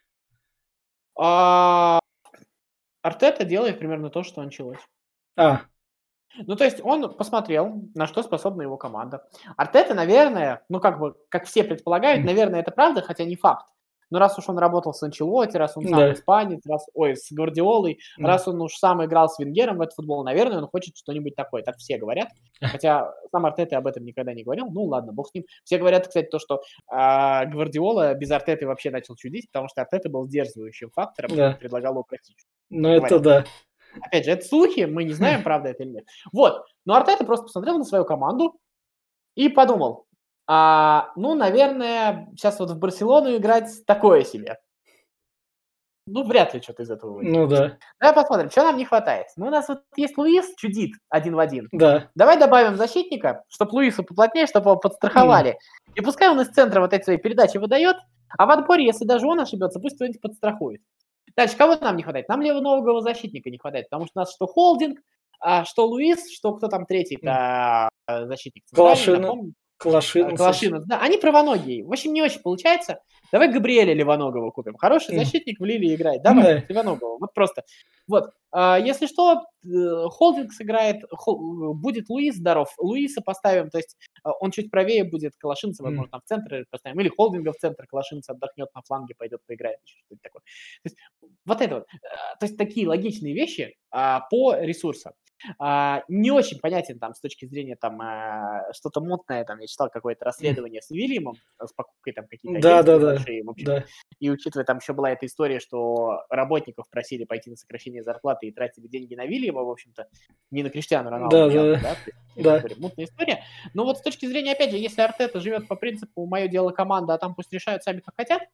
Артета делает примерно то, что Анчелотти. Ну, то есть он посмотрел, на что способна его команда. Артета, наверное, ну, как все предполагают, наверное, это правда, хотя не факт. Но раз уж он работал с Анчелотти, раз он сам испанец, с Гвардиолой, раз он уж сам играл с Венгером в этот футбол, наверное, он хочет что-нибудь такое. Так все говорят. Хотя сам Артета об этом никогда не говорил. Ну, ладно, бог с ним. Все говорят, кстати, то, что Гвардиола без Артеты вообще начал чудить, потому что Артета был сдерживающим фактором, и предлагал упростить. Ну, это да. Опять же, это слухи, мы не знаем, правда это или нет. Вот. Но Артета просто посмотрел на свою команду и подумал, ну, наверное, сейчас вот в Барселону играть такое себе. Ну, вряд ли что-то из этого выйдет. Ну, да. Давай посмотрим, что нам не хватает. Ну, у нас вот есть Луис, чудит 1 в 1. Да. Давай добавим защитника, чтобы Луису поплотнее, чтобы его подстраховали. И пускай он из центра вот эти свои передачи выдает, а в отборе, если даже он ошибется, пусть кто-нибудь подстрахует. Дальше, кого нам не хватает? Нам левоногого защитника не хватает, потому что у нас что Холдинг, что Луис, что кто там третий-то защитник. Клашинов. Да, они правоногие. В общем, не очень получается. Давай Габриэля Левоногова купим. Хороший защитник в Лилии играет. Давай, Левоногова. Вот просто. Вот. Если что, Холдинг сыграет, будет Луис здоров. Луиса поставим, то есть он чуть правее будет, Калашинца, возможно, там в центр поставим. Или Холдинга в центр, Калашинца отдохнет на фланге, пойдет поиграет. Что-то такое. То есть вот это вот. То есть такие логичные вещи по ресурсам. Не очень понятен там с точки зрения там что-то мутное, там я читал какое-то расследование с Вильямом, с покупкой там какие-то агентства большие, в общем, и учитывая, там еще была эта история, что работников просили пойти на сокращение зарплаты и тратили деньги на Вильяма, в общем-то, не на Криштиану Роналду, мутная история. Но вот с точки зрения, опять же, если Артета живет по принципу «моё дело команда, а там пусть решают сами, как хотят»,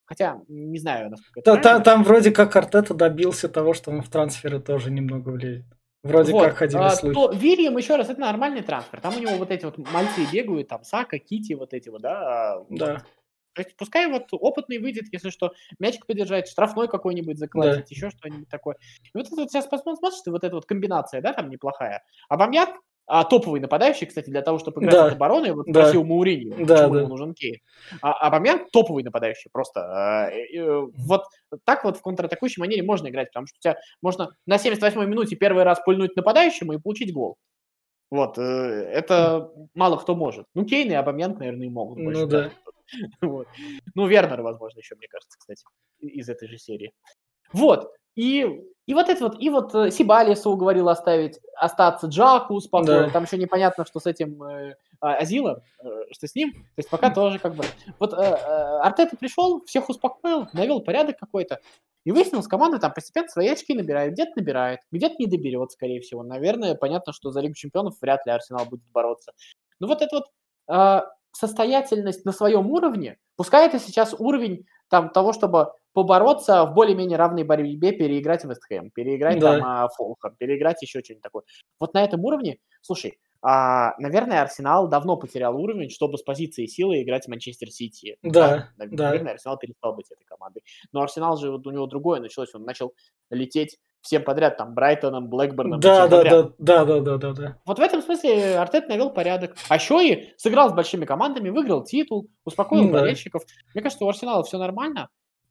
Хотя, не знаю, насколько это правильно. Там вроде как Артета добился того, что он в трансферы тоже немного влезет. Вроде как Вот, ходили то слухи. Вильям, еще раз, это нормальный трансфер. Там у него вот эти вот мальцы бегают, там Сака, Кити, вот эти вот, да. Вот. Да, То есть пускай вот опытный выйдет, если что, мячик подержать, штрафной какой-нибудь да, заколотить, еще что-нибудь такое. И вот это вот сейчас посмотришь, вот эта вот комбинация, да, там неплохая. Абамьянг, топовый нападающий, кстати, для того, чтобы играть от да, обороны, вот да, спросил Мауриньо, да, почему ему да. нужен Кейн. Абамьянг топовый нападающий, просто. Вот так вот в контратакующей манере можно играть, потому что у тебя можно на 78-й минуте первый раз пульнуть нападающему и получить гол. Вот, это мало кто может. Ну, Кейн и Абамьянг, наверное, и могут, больше Ну вряд да. ли кто-то. Вот. Ну, Вернер, возможно, еще, мне кажется, кстати, из этой же серии. Вот. И вот это вот, и вот Сибалиса уговорил остаться, Джаку успокоил. Да. Там еще непонятно, что с этим Азилом, что с ним. То есть пока тоже как бы... Вот Артета пришел, всех успокоил, навел порядок какой-то. И выяснилось, команда там постепенно свои очки набирает. Где-то набирает, где-то не доберет, скорее всего. Наверное, понятно, что за Лигу Чемпионов вряд ли Арсенал будет бороться. Но вот это вот состоятельность на своем уровне, пускай это сейчас уровень там, того, чтобы побороться в более-менее равной борьбе, переиграть Вест Хэм, переиграть Да. там Фулхэм, переиграть еще что-нибудь такое. Вот на этом уровне, слушай, наверное, Арсенал давно потерял уровень, чтобы с позиции силы играть в Манчестер Сити. Да, да. Наверное, Арсенал перестал быть этой командой. Но Арсенал же, вот у него другое началось, он начал лететь всем подряд, там, Брайтоном, Блэкберном, Да, всем да, подряд. да. Вот в этом смысле Артет навел порядок. А еще и сыграл с большими командами, выиграл титул, успокоил Да. болельщиков. Мне кажется, у Арсенала все нормально.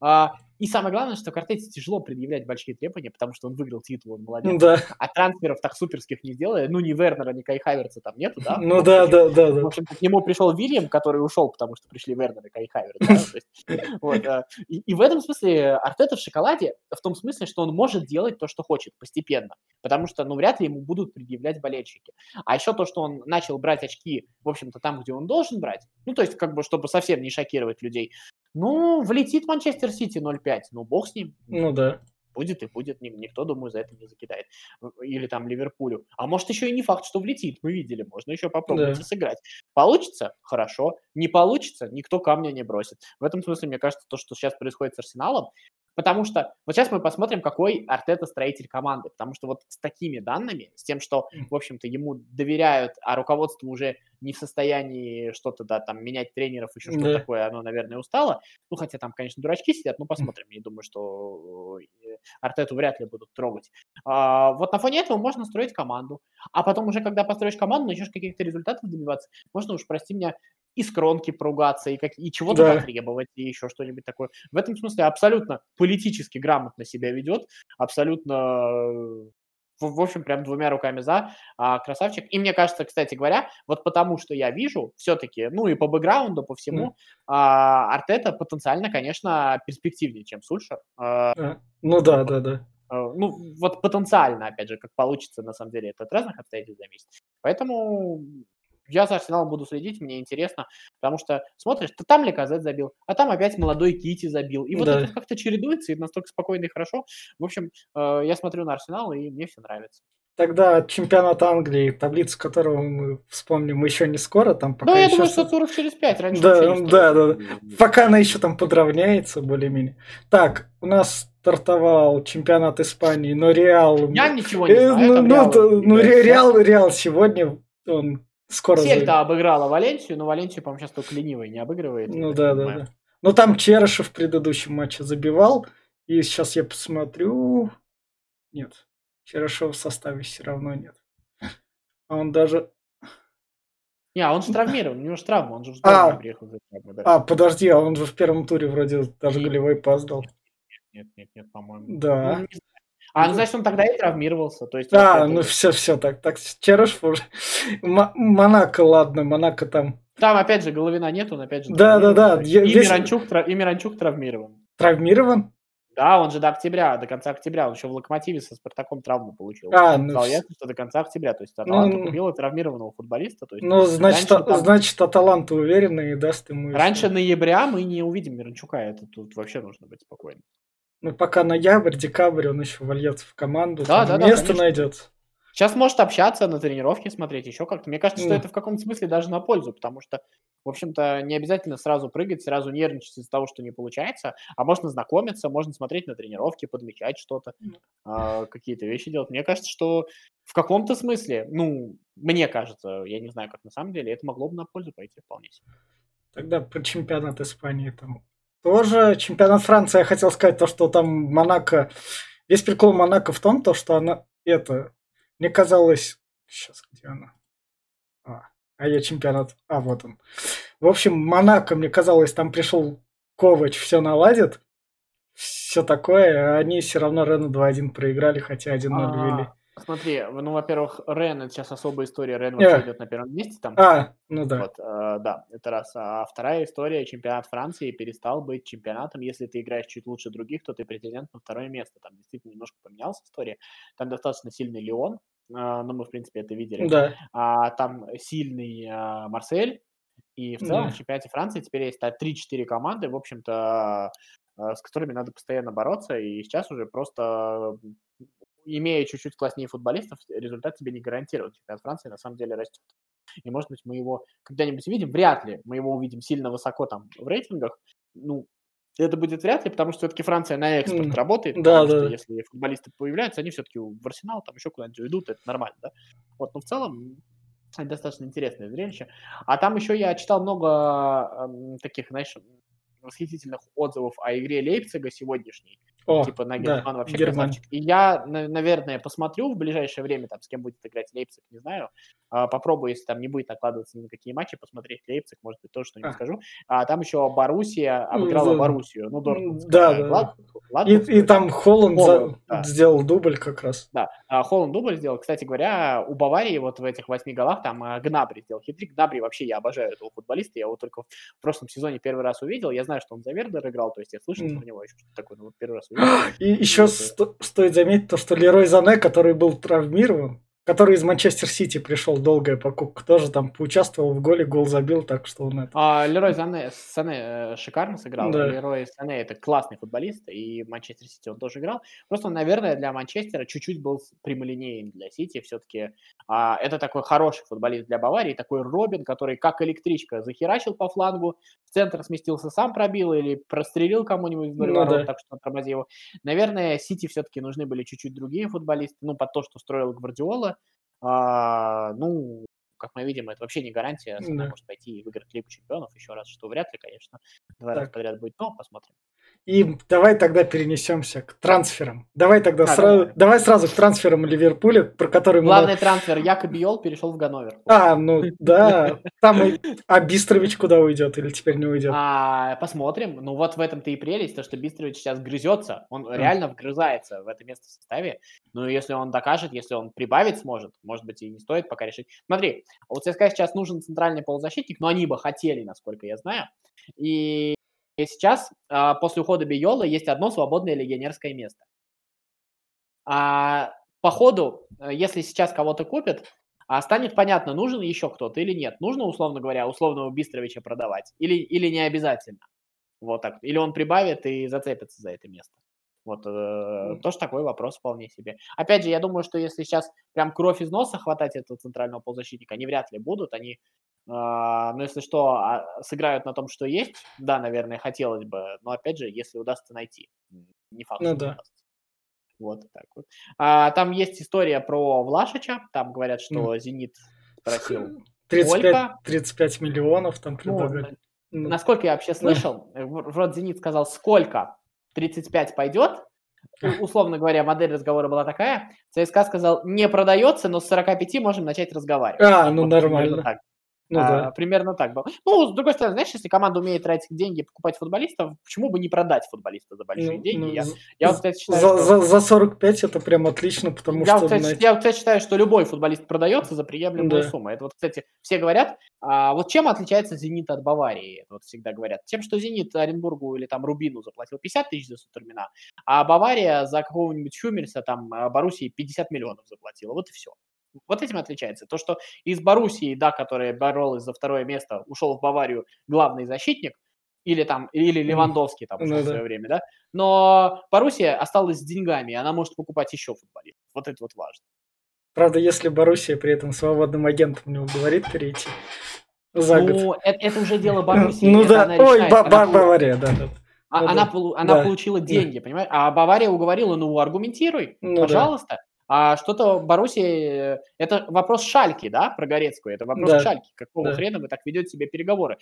И самое главное, что к Артете тяжело предъявлять большие требования, потому что он выиграл титул, он молодец. Да. А трансферов так суперских не сделали. Ну, ни Вернера, ни Кай Хаверца там нету, да? Ну да. В общем-то, к нему пришел Вильям, который ушел, потому что пришли Вернер и Кай Хаверц. Да? То есть, вот, и в этом смысле Артета в шоколаде, в том смысле, что он может делать то, что хочет, постепенно. Потому что, ну, вряд ли ему будут предъявлять болельщики. А еще то, что он начал брать очки, в общем-то, там, где он должен брать, ну, то есть, как бы, чтобы совсем не шокировать людей, ну, влетит Манчестер Сити 0-5, ну, бог с ним. Ну да. Будет и будет, никто, думаю, за это не закидает. Или там Ливерпулю. А может, еще и не факт, что влетит, мы видели, можно еще попробовать Да. и сыграть. Получится? Хорошо. Не получится? Никто камня не бросит. В этом смысле, мне кажется, то, что сейчас происходит с Арсеналом, потому что вот сейчас мы посмотрим, какой Артета строитель команды, потому что вот с такими данными, с тем, что, в общем-то, ему доверяют, а руководство уже не в состоянии что-то, да, там, менять тренеров, еще что-то Да. такое, оно, наверное, устало. Ну, хотя там, конечно, дурачки сидят, ну, посмотрим. Не думаю, что Артету вряд ли будут трогать. Вот на фоне этого можно строить команду. А потом уже, когда построишь команду, начнешь каких-то результатов добиваться, можно уж, прости меня, и с кронки поругаться, и чего-то Да. потребовать, и еще что-нибудь такое. В этом смысле абсолютно политически грамотно себя ведет, абсолютно, в общем, прям двумя руками за, красавчик. И мне кажется, кстати говоря, вот потому что я вижу все-таки, ну и по бэкграунду, по всему, Артета потенциально, конечно, перспективнее, чем Сульшер. Ну да. Ну, вот потенциально, опять же, как получится, на самом деле, это от разных обстоятельств зависит. Поэтому я за Арсеналом буду следить, мне интересно, потому что смотришь, то там Леказет забил, а там опять молодой Кити забил. И вот Да. это как-то чередуется, и настолько спокойно и хорошо. В общем, я смотрю на Арсенал, и мне все нравится. Тогда чемпионат Англии, таблицу которого мы вспомним еще не скоро, там пока Да, я еще думаю, что туров через 5, раньше Да, вообще не стоит. да. Пока она еще там подравняется более-менее. Так, у нас стартовал чемпионат Испании, но Реал... Я ничего не знаю, там Реал сегодня, он скоро... Сельта обыграла Валенсию, но Валенсию, по-моему, сейчас только ленивый не обыгрывает. Ну да. Ну там Черышев в предыдущем матче забивал, и сейчас я посмотрю... Нет, Черышева в составе все равно нет. А он даже... Не, он же травмирован, у него же травма, он же в сборную приехал за травму. Да. Подожди, а он же в первом туре вроде даже голевой пас дал. Нет, по-моему. Да. Ну, ну, значит, он тогда и травмировался. То есть, ну все, так Черышев уже. Монако, ладно, Монако там. Там, опять же, Головина нет, он опять же... Да. И Миранчук травмирован. Травмирован? Да, он же до конца октября, он еще в Локомотиве со Спартаком травму получил. Стало ясно, что до конца октября, то есть Аталанта купила травмированного футболиста. То есть, ну, значит, Аталанта уверена и даст ему... Раньше ноября мы не увидим Миранчука, это тут вообще нужно быть спокойным. Ну, пока ноябрь, декабрь, он еще вольется в команду, Да, место найдется. Сейчас может общаться, на тренировке смотреть, еще как-то. Мне кажется, что Ну, это в каком-то смысле даже на пользу, потому что, в общем-то, не обязательно сразу прыгать, сразу нервничать из-за того, что не получается, а можно знакомиться, можно смотреть на тренировки, подмечать что-то, какие-то вещи делать. Мне кажется, что в каком-то смысле, ну, мне кажется, я не знаю, как на самом деле, это могло бы на пользу пойти вполне себе. тогда про чемпионат Испании там тоже. Чемпионат Франции, я хотел сказать, то, что там Монако... Весь прикол Монако в том, то, что она... Это... Мне казалось... Сейчас, где она? Я чемпионат... вот он. В общем, Монако, мне казалось, там пришел Ковач, все наладит, все такое, а они все равно Рену 2-1 проиграли, хотя 1-0 вели. Смотри, ну, во-первых, Рен, это сейчас особая история, Рен вообще идет на первом месте там. Ну да. Вот, да, это раз. А вторая история, чемпионат Франции перестал быть чемпионатом. Если ты играешь чуть лучше других, то ты претендент на второе место. Там действительно немножко поменялась история. Там достаточно сильный Лион, но мы, в принципе, это видели. Да, Там сильный Марсель. И в целом в да. чемпионате Франции теперь есть 3-4 команды, в общем-то, с которыми надо постоянно бороться. И сейчас уже просто, имея чуть-чуть класснее футболистов, результат тебе не гарантирует. Чемпионат Франции на самом деле растет. И, может быть, мы его когда-нибудь увидим. Вряд ли мы его увидим сильно высоко там в рейтингах. Ну, это будет вряд ли, потому что все-таки Франция на экспорт работает, Да, потому что да. если футболисты появляются, они все-таки в Арсенал, там еще куда-нибудь уйдут, это нормально, да? Вот, но в целом это достаточно интересное зрелище. А там еще я читал много таких, знаешь, восхитительных отзывов о игре Лейпцига сегодняшней. Типа Да, Нагельсман вообще Германия. красавчик. И я, наверное, посмотрю в ближайшее время, там, с кем будет играть Лейпциг, не знаю. Попробую, если там не будет накладываться ни на какие матчи, посмотреть Лейпциг, может быть, тоже что-нибудь скажу. Там еще Боруссия обыграла Боруссию, ну, Да, Дортмундская, да. И Гладбахскую, там Холланд да. сделал дубль как раз. Да, Холланд дубль сделал. Кстати говоря, у Баварии вот в этих 8 голах там Гнабри сделал хитрик. Гнабри вообще, я обожаю этого футболиста. Я его только в прошлом сезоне первый раз увидел. Я знаю, что он за Вердер играл, то есть я слышал про него еще что-то такое, но вот первый раз увидел. И еще стоит заметить то, что Лерой Зане, который был травмирован, который из Манчестер Сити пришел, долгая покупка, тоже там поучаствовал в голе, гол забил, так что он это... Лерой Сане шикарно сыграл. Да. Лерой Сане – это классный футболист, и в Манчестер Сити он тоже играл. Просто он, наверное, для Манчестера чуть-чуть был прямолинейным для Сити. Все-таки это такой хороший футболист для Баварии, такой Робин, который как электричка захерачил по флангу, в центр сместился, сам пробил или прострелил кому-нибудь вдоль Ну ворот, да. так что тормози его. Наверное, Сити все-таки нужны были чуть-чуть другие футболисты, ну, под то, что строил Гвардиола. Ну, как мы видим, это вообще не гарантия. Сане Да. может пойти и выиграть Лигу чемпионов еще раз, что вряд ли, конечно. 2 раза Так. подряд будет, но посмотрим. И давай тогда перенесемся к трансферам. Давай тогда давай. сразу к трансферам Ливерпуля, про который мы... Главный трансфер Якоб Йол перешел в Ганновер. Ну да. Там Бистрович куда уйдет или теперь не уйдет? Посмотрим. Ну вот в этом-то и прелесть, то, что Бистрович сейчас грызется. Он реально вгрызается в это место в составе. Ну, если он докажет, если он прибавить сможет, может быть, и не стоит пока решить. Смотри, у ЦСКА сейчас нужен центральный полузащитник, но они бы хотели, насколько я знаю. И сейчас, после ухода Биола, есть одно свободное легионерское место. По ходу, если сейчас кого-то купят, станет понятно, нужен еще кто-то или нет. Нужно, условно говоря, условного Бистровича продавать или не обязательно. Вот так. Или он прибавит и зацепится за это место. Вот тоже такой вопрос вполне себе. Опять же, я думаю, что если сейчас прям кровь из носа хватать этого центрального полузащитника, они вряд ли будут. Они, ну, если что, сыграют на том, что есть. Да, наверное, хотелось бы. Но, опять же, если удастся найти. Не факт, Ну что да. удастся. Вот так вот. Там есть история про Влашича. Там говорят, что «Зенит» спросил, 35 миллионов там предлагали. насколько я вообще слышал, вроде «Зенит» сказал, сколько 35 пойдет. Условно говоря, модель разговора была такая. ЦСКА сказал, не продается, но с 45 можем начать разговаривать. Ну Вот нормально. так. Ну да. Примерно так было. Ну, с другой стороны, знаешь, если команда умеет тратить деньги и покупать футболистов, почему бы не продать футболиста за большие деньги? Я вот, кстати, считаю, что... За 45 это прям отлично, потому Я, что... кстати, считаю, что любой футболист продается за приемлемую Да. сумму. Это вот, кстати, все говорят, вот чем отличается «Зенит» от Баварии? Это вот всегда говорят. Тем, что «Зенит» Оренбургу или там Рубину заплатил 50 тысяч за Суттермина, а Бавария за какого-нибудь Хюмельса, там, Боруссии 50 миллионов заплатила. Вот и все. Вот этим отличается. То, что из Боруссии, да, которая боролась за второе место, ушел в Баварию главный защитник, или Левандовский там ушел в свое время, да, но Боруссия осталась с деньгами, и она может покупать еще футболистов. Вот это вот важно. Правда, если Боруссия при этом свободным агентом не уговорит перейти за год. Ну, это уже дело Боруссии, Ну это да, она ой, решает. Бавария, да. Ну Она да, она да, получила да. деньги, понимаешь? А Бавария уговорила, ну, аргументируй, Ну да, пожалуйста. А что-то Боруссия это вопрос Шальки, да, про Горецкую, это вопрос да, Шальки. Какого да. хрена вы так ведете себе переговоры?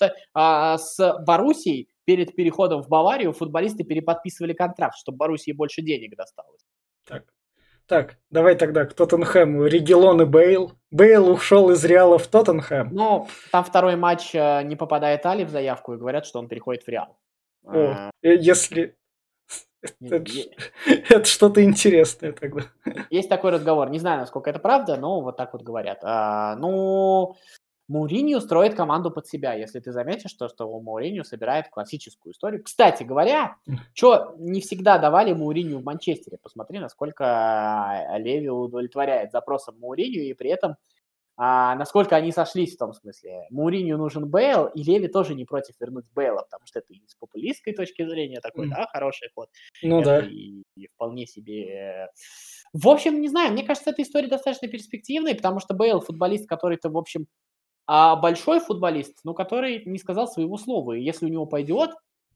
С Боруссией перед переходом в Баварию футболисты переподписывали контракт, чтобы Боруссии больше денег досталось. Так. Так, давай тогда к Тоттенхэму. Регилон и Бейл. Бейл ушел из Реала в Тоттенхэм. Но там второй матч, не попадает Али в заявку и говорят, что он переходит в Реал. О, А, если... Это, е это что-то интересное тогда. Есть такой разговор. Не знаю, насколько это правда, но вот так вот говорят. Ну, Мауриньо строит команду под себя. Если ты заметишь, что Мауриньо собирает классическую историю. Кстати говоря, что не всегда давали Мауриньо в Манчестере. Посмотри, насколько Леви удовлетворяет запросам Мауриньо, и при этом насколько они сошлись в том смысле. Мауриньо нужен Бейл, и Леви тоже не против вернуть Бейла, потому что это и с популистской точки зрения такой, да, хороший ход. Ну Это да. и вполне себе... В общем, не знаю, мне кажется, эта история достаточно перспективная, потому что Бейл футболист, который-то, в общем, большой футболист, но который не сказал своего слова. И если у него пойдет,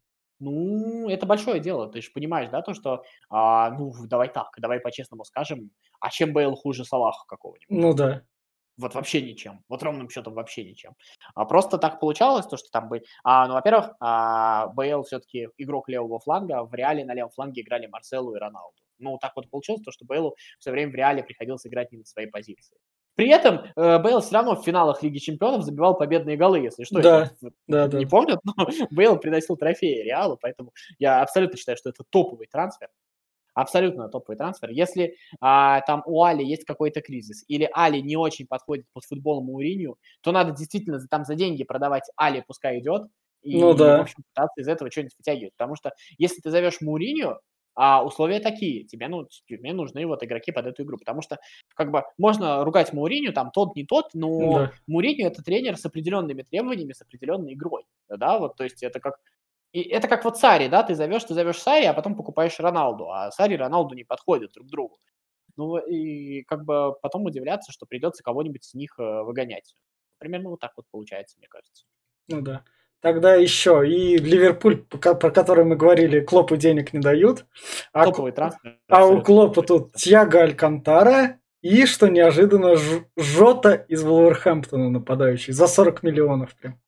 ну, это большое дело. Ты же понимаешь, да, то, что, ну, давай так, давай по-честному скажем, а чем Бейл хуже Салаха какого-нибудь? Ну да. Вот вообще ничем. Вот ровным счетом вообще ничем. Просто так получалось, то, что там бы... ну, во-первых, Бейл все-таки игрок левого фланга. В Реале на левом фланге играли Марселу и Роналду. Ну, так вот получилось, то, что Бейлу все время в Реале приходилось играть не на своей позиции. При этом Бейл все равно в финалах Лиги Чемпионов забивал победные голы, если что. Это Да, вот да, не да. помнят, но Бейл приносил трофеи Реалу, поэтому я абсолютно считаю, что это топовый трансфер. Абсолютно топовый трансфер. Если там у Али есть какой-то кризис, или Али не очень подходит под футбол Мауринью, то надо действительно там за деньги продавать Али, пускай идет, Ну и, в да. общем, пытаться из этого что-нибудь вытягивать. Потому что если ты зовешь Мауринью, условия такие, тебе нужны вот игроки под эту игру. Потому что, как бы, можно ругать Мауринью, там, тот, не тот, но Да. Мауринью – это тренер с определенными требованиями, с определенной игрой. Да, вот, то есть это как вот Сарри, да, ты зовешь Сарри, а потом покупаешь Роналду, а Сарри и Роналду не подходят друг другу. Ну и как бы потом удивляться, что придется кого-нибудь из них выгонять. Примерно вот так вот получается, мне кажется. Ну да. Тогда еще и Ливерпуль, про который мы говорили, Клопу денег не дают. А, Топовый трансфер, у абсолютно Клопа топовый тут трансфер. Тьяго Алькантара и, что неожиданно, Жота из Вулверхэмптона нападающий. За 40 миллионов прям.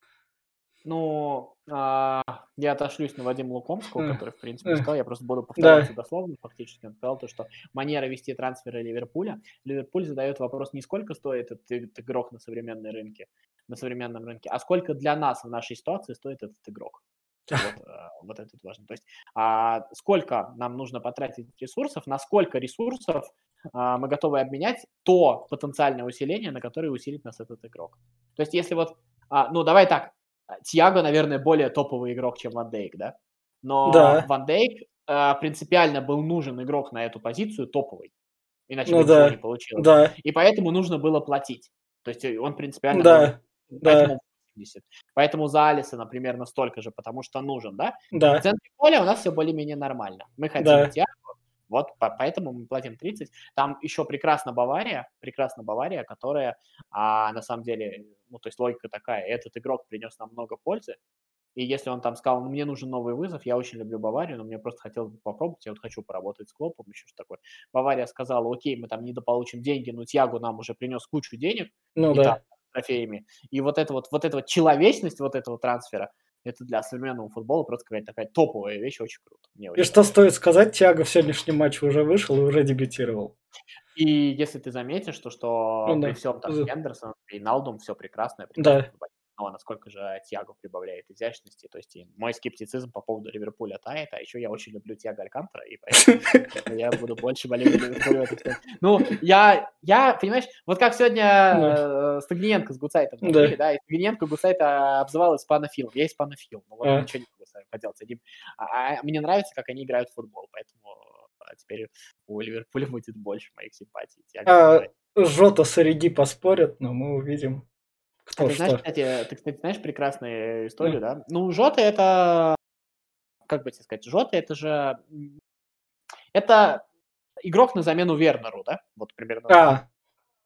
Ну, я отошлюсь на Вадима Лукомского, Э, который, в принципе, э, сказал, я просто буду Да, повторяться дословно, фактически он сказал то, что манера вести трансферы Ливерпуля, Ливерпуль задает вопрос не сколько стоит этот игрок на современном рынке, а сколько для нас в нашей ситуации стоит этот игрок. Вот это важно. То есть сколько нам нужно потратить ресурсов, на сколько ресурсов мы готовы обменять то потенциальное усиление, на которое усилит нас этот игрок. То есть если вот, ну давай так, Тьяго, наверное, более топовый игрок, чем Ван Дейк, да? Но да, Ван Дейк принципиально был нужен игрок на эту позицию топовый, иначе бы ну ничего не да, получилось. да, И поэтому нужно было платить. То есть он принципиально был да, нужен. да, Поэтому 80. Поэтому за Алисона примерно столько же, потому что нужен, да? В да, центре поля у нас все более-менее нормально. Мы хотим да, Тиаго, вот поэтому мы платим 30. Там еще прекрасна Бавария, которая на самом деле, ну, то есть логика такая, этот игрок принес нам много пользы, и если он там сказал: "Ну, мне нужен новый вызов, я очень люблю Баварию, но мне просто хотелось бы попробовать, я вот хочу поработать с Клопом", еще что такое. Бавария сказала: "Окей, мы там недополучим деньги, но Тьяго нам уже принес кучу денег, ну и там да. с трофеями". И вот эта вот человечность вот этого трансфера, это для современного футбола просто какая-то такая топовая вещь, очень круто. Мне И очень что нравится. стоит сказать, Тиаго в сегодняшнем матче уже вышел и уже дебютировал. И если ты заметишь, Ну что при да, всем там Хендерсон, Вейналдум, все прекрасно, прекрасный да, футболист, но насколько же Тиаго прибавляет изящности, то есть и мой скептицизм по поводу Ливерпуля тает, а еще я очень люблю Тиаго Алькантара, и поэтому я буду больше болеть за Ливерпуль в этом сезоне. Ну, понимаешь, вот как сегодня да, Стагниенко с Гуцайтом говорили, да. да, и Стагниенко Гуцайта обзывал испанофилом. Я испанофил, но вот А, ничего не могу с вами поделать. Мне нравится, как они играют в футбол, поэтому теперь у Ливерпуля будет больше моих симпатий. Тиаго мне нравится. Жота с Ориги поспорят, но мы увидим, А кто ты знаешь, что. кстати, знаешь прекрасную Ну, историю, да? Ну, Жота это, как бы тебе сказать, Жота это же, это игрок на замену Вернеру, да? Вот примерно а, так.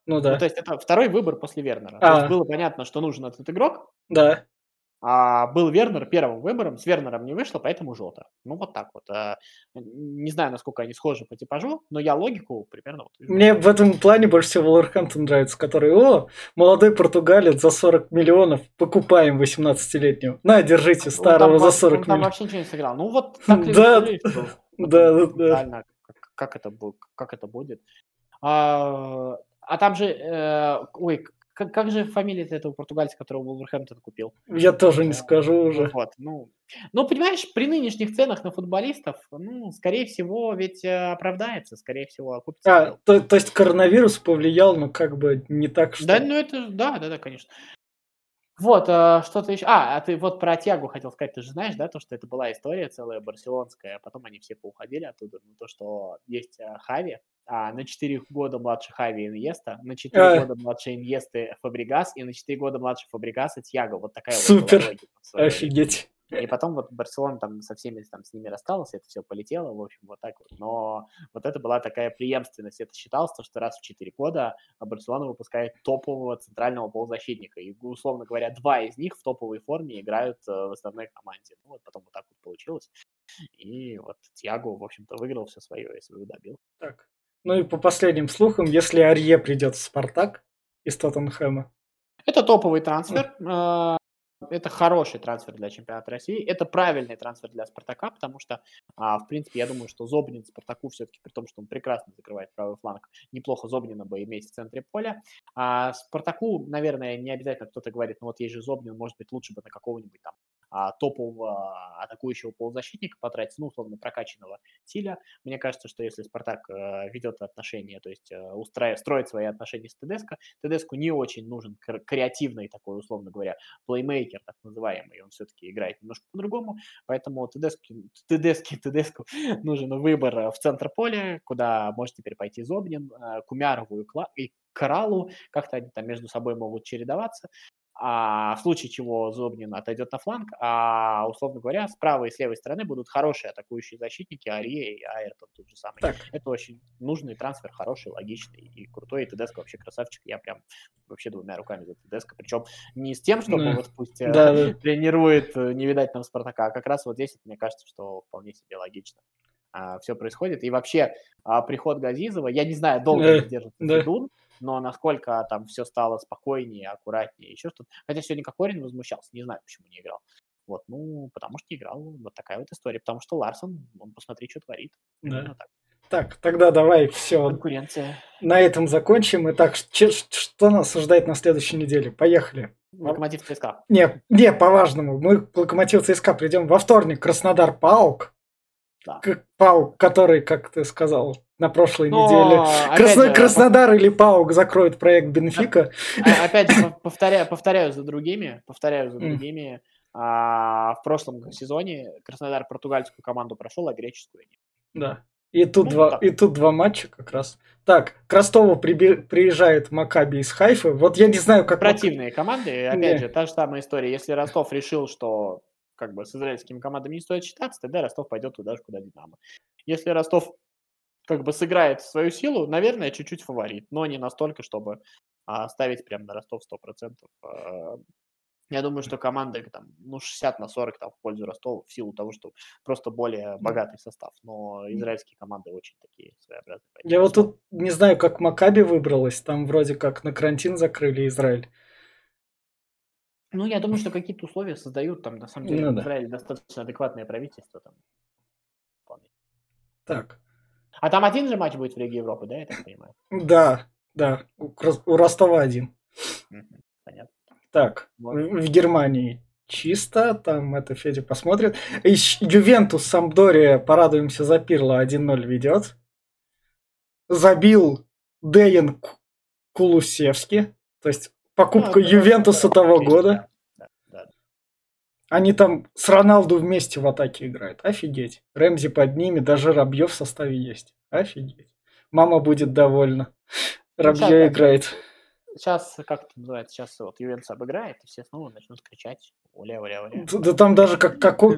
Ну Ну, да. то есть это второй выбор после Вернера. То есть было понятно, что нужен этот игрок, Да. а был Вернер первым выбором, с Вернером не вышло, поэтому Жота. Ну, вот так вот. Не знаю, насколько они схожи по типажу, но я логику примерно вот вижу. Мне в этом плане больше всего Вулверхэмптон нравится, который, молодой португалец за 40 миллионов, покупаем 18-летнего. На, держите, старого за 40 Он там миллионов. вообще ничего не сыграл. Ну, вот так ли Да, решили, что да, потом да. потенциально, как это будет. А там же, ой, как же фамилия этого португальца, которого Вулверхэмптон купил? Я тоже не скажу Ну уже. вот, ну, понимаешь, при нынешних ценах на футболистов, скорее всего, ведь оправдается, скорее всего, окупится сделка. То есть коронавирус повлиял, но как бы не так, Да, что... ну это, да, конечно. Вот, что-то еще. А ты вот про Тиагу хотел сказать. Ты же знаешь, да, то, что это была история целая барселонская, а потом они все поуходили оттуда. Ну, то, что есть Хави, на 4 года младше Хави Иньеста, на 4 А, года младше Иньесты Фабригас и на 4 года младше Фабригаса Тиаго. Вот такая вот была супер. логика в свое время. Офигеть. И потом вот Барселона там со всеми там с ними рассталась, это все полетело, в общем, вот так вот. Но вот это была такая преемственность. Это считалось, что раз в 4 года Барселона выпускает топового центрального полузащитника. И, условно говоря, 2 из них в топовой форме играют в основной команде. Ну вот потом вот так вот получилось. И вот Тиаго, в общем-то, выиграл все свое и свою добил. Так. Ну и по последним слухам, если Арье придет в Спартак из Тоттенхэма. Это топовый трансфер. Это хороший трансфер для чемпионата России. Это правильный трансфер для Спартака, потому что, в принципе, я думаю, что Зобнин Спартаку все-таки, при том, что он прекрасно закрывает правый фланг, неплохо Зобнина бы иметь в центре поля. Спартаку, наверное, не обязательно кто-то говорит, ну вот есть же Зобнин, может быть, лучше бы на какого-нибудь там топового атакующего полузащитника потратить, ну, условно, прокачанного Тиля. Мне кажется, что если Спартак ведет отношения, то есть строит свои отношения с Тедеско не очень нужен креативный такой, условно говоря, плеймейкер, так называемый, он все-таки играет немножко по-другому, поэтому Тедеску нужен выбор в центр поля, куда может теперь пойти Зобнин, Кумярову и Каралу, как-то они там между собой могут чередоваться, в случае чего Зобнин отойдет на фланг, условно говоря, с правой и с левой стороны будут хорошие атакующие защитники, Ария и Айртон тот же самый. Так. Это очень нужный трансфер, хороший, логичный и крутой, и Тедеско вообще красавчик, я прям вообще двумя руками за Тедеско, причем не с тем, чтобы вот пусть тренирует, не видать нам Спартака, а как раз вот здесь, мне кажется, что вполне себе логично все происходит, и вообще приход Газизова, я не знаю, долго ли держится Федун, но насколько там все стало спокойнее, аккуратнее, еще что-то. Хотя сегодня Кокорин возмущался, не знаю, почему не играл. Вот, потому что не играл. Вот такая вот история. Потому что Ларсон, он посмотри, что творит. Да. Так, тогда давай все. Конкуренция. На этом закончим. Итак, что нас ожидает на следующей неделе? Поехали. Локомотив ЦСКА. Не, по-важному. Мы к Локомотиву ЦСКА придем во вторник. Краснодар ПАОК. Да. ПАОК, который, как ты сказал, на прошлой неделе. Краснодар или ПАОК закроет проект Бенфика. Опять же, повторяю за другими. В прошлом сезоне Краснодар португальскую команду прошел, а греческую нет. Да. И тут два матча как раз. Так, к Ростову приезжает Макаби из Хайфы. Вот я не знаю, как... Противные команды. Опять же, та же самая история. Если Ростов решил, что как бы с израильскими командами не стоит считаться, тогда Ростов пойдет туда же, куда Динамо. Если Ростов как бы сыграет свою силу, наверное, чуть-чуть фаворит, но не настолько, чтобы ставить прям на Ростов 100%. Я думаю, что команда там, 60/40 там, в пользу Ростова в силу того, что просто более богатый состав. Но израильские команды очень такие своеобразные. Я вот тут не знаю, как Макаби выбралась. Там вроде как на карантин закрыли Израиль. Ну, я думаю, что какие-то условия создают там, на самом деле, в Израиле достаточно адекватное правительство. Там. Так. А там один же матч будет в Лиге Европы, да, я так понимаю? Да. У Ростова один. Понятно. Так, в Германии чисто, там это Федя посмотрит. Ювентус Сампдория, порадуемся за Пирло, 1-0 ведет. Забил Деян Кулусевски, то есть покупка Ювентуса того года. Да. Они там с Роналду вместе в атаке играют. Офигеть. Рэмзи под ними, даже Рабье в составе есть. Офигеть. Мама будет довольна. Рабье играет. Сейчас, как это называется, сейчас вот Ювентус обыграет, и все снова начнут кричать «Уля». Да там даже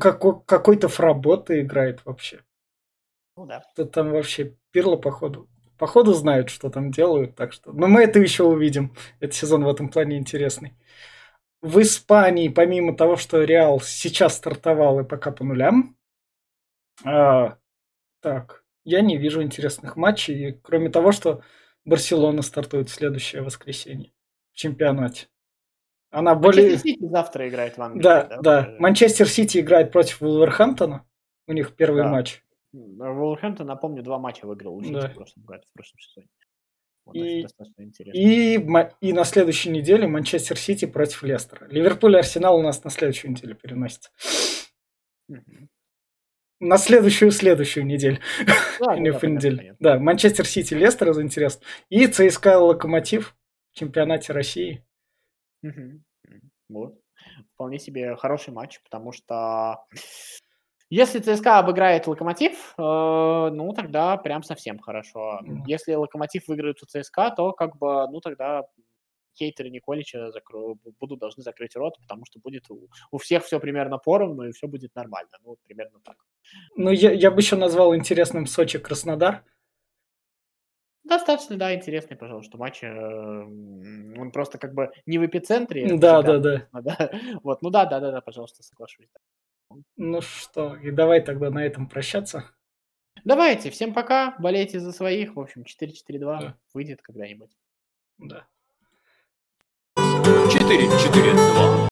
какой-то фработа играет вообще. Ну да. Там вообще Пирло, походу, походу знают, что там делают, так что... Но мы это еще увидим. Этот сезон в этом плане интересный. В Испании, помимо того, что Реал сейчас стартовал и пока по нулям, так, я не вижу интересных матчей, кроме того, что Барселона стартует в следующее воскресенье в чемпионате. Она Манчестер более... Сити завтра играет в Англии. Да. Манчестер Сити играет против Вулверхэмптона. У них первый матч. Вулверхэмптон, напомню, 2 матча выиграл у Сити в прошлом сезоне. Вот, это достаточно интересно. И на следующей неделе Манчестер Сити против Лестера. Ливерпуль и Арсенал у нас на следующую неделю переносятся. На следующую неделю. Не в понедельник. Да, Манчестер Сити, Лестер из интереса. И ЦСКА Локомотив в чемпионате России. Вот. Вполне себе хороший матч, потому что если ЦСКА обыграет Локомотив, ну тогда прям совсем хорошо. Если Локомотив выиграет у ЦСКА, то как бы, ну тогда хейтеры Николича должны закрыть рот, потому что будет у всех все примерно поровну, и все будет нормально. Ну, примерно так. Ну, я бы еще назвал интересным Сочи-Краснодар. Достаточно, да, интересный, пожалуйста, матч. Он просто как бы не в эпицентре. Да. Вот, ну да, пожалуйста, соглашусь. Ну что, и давай тогда на этом прощаться. Давайте, всем пока, болейте за своих. В общем, 4-4-2 выйдет когда-нибудь. Да. 4-4-2.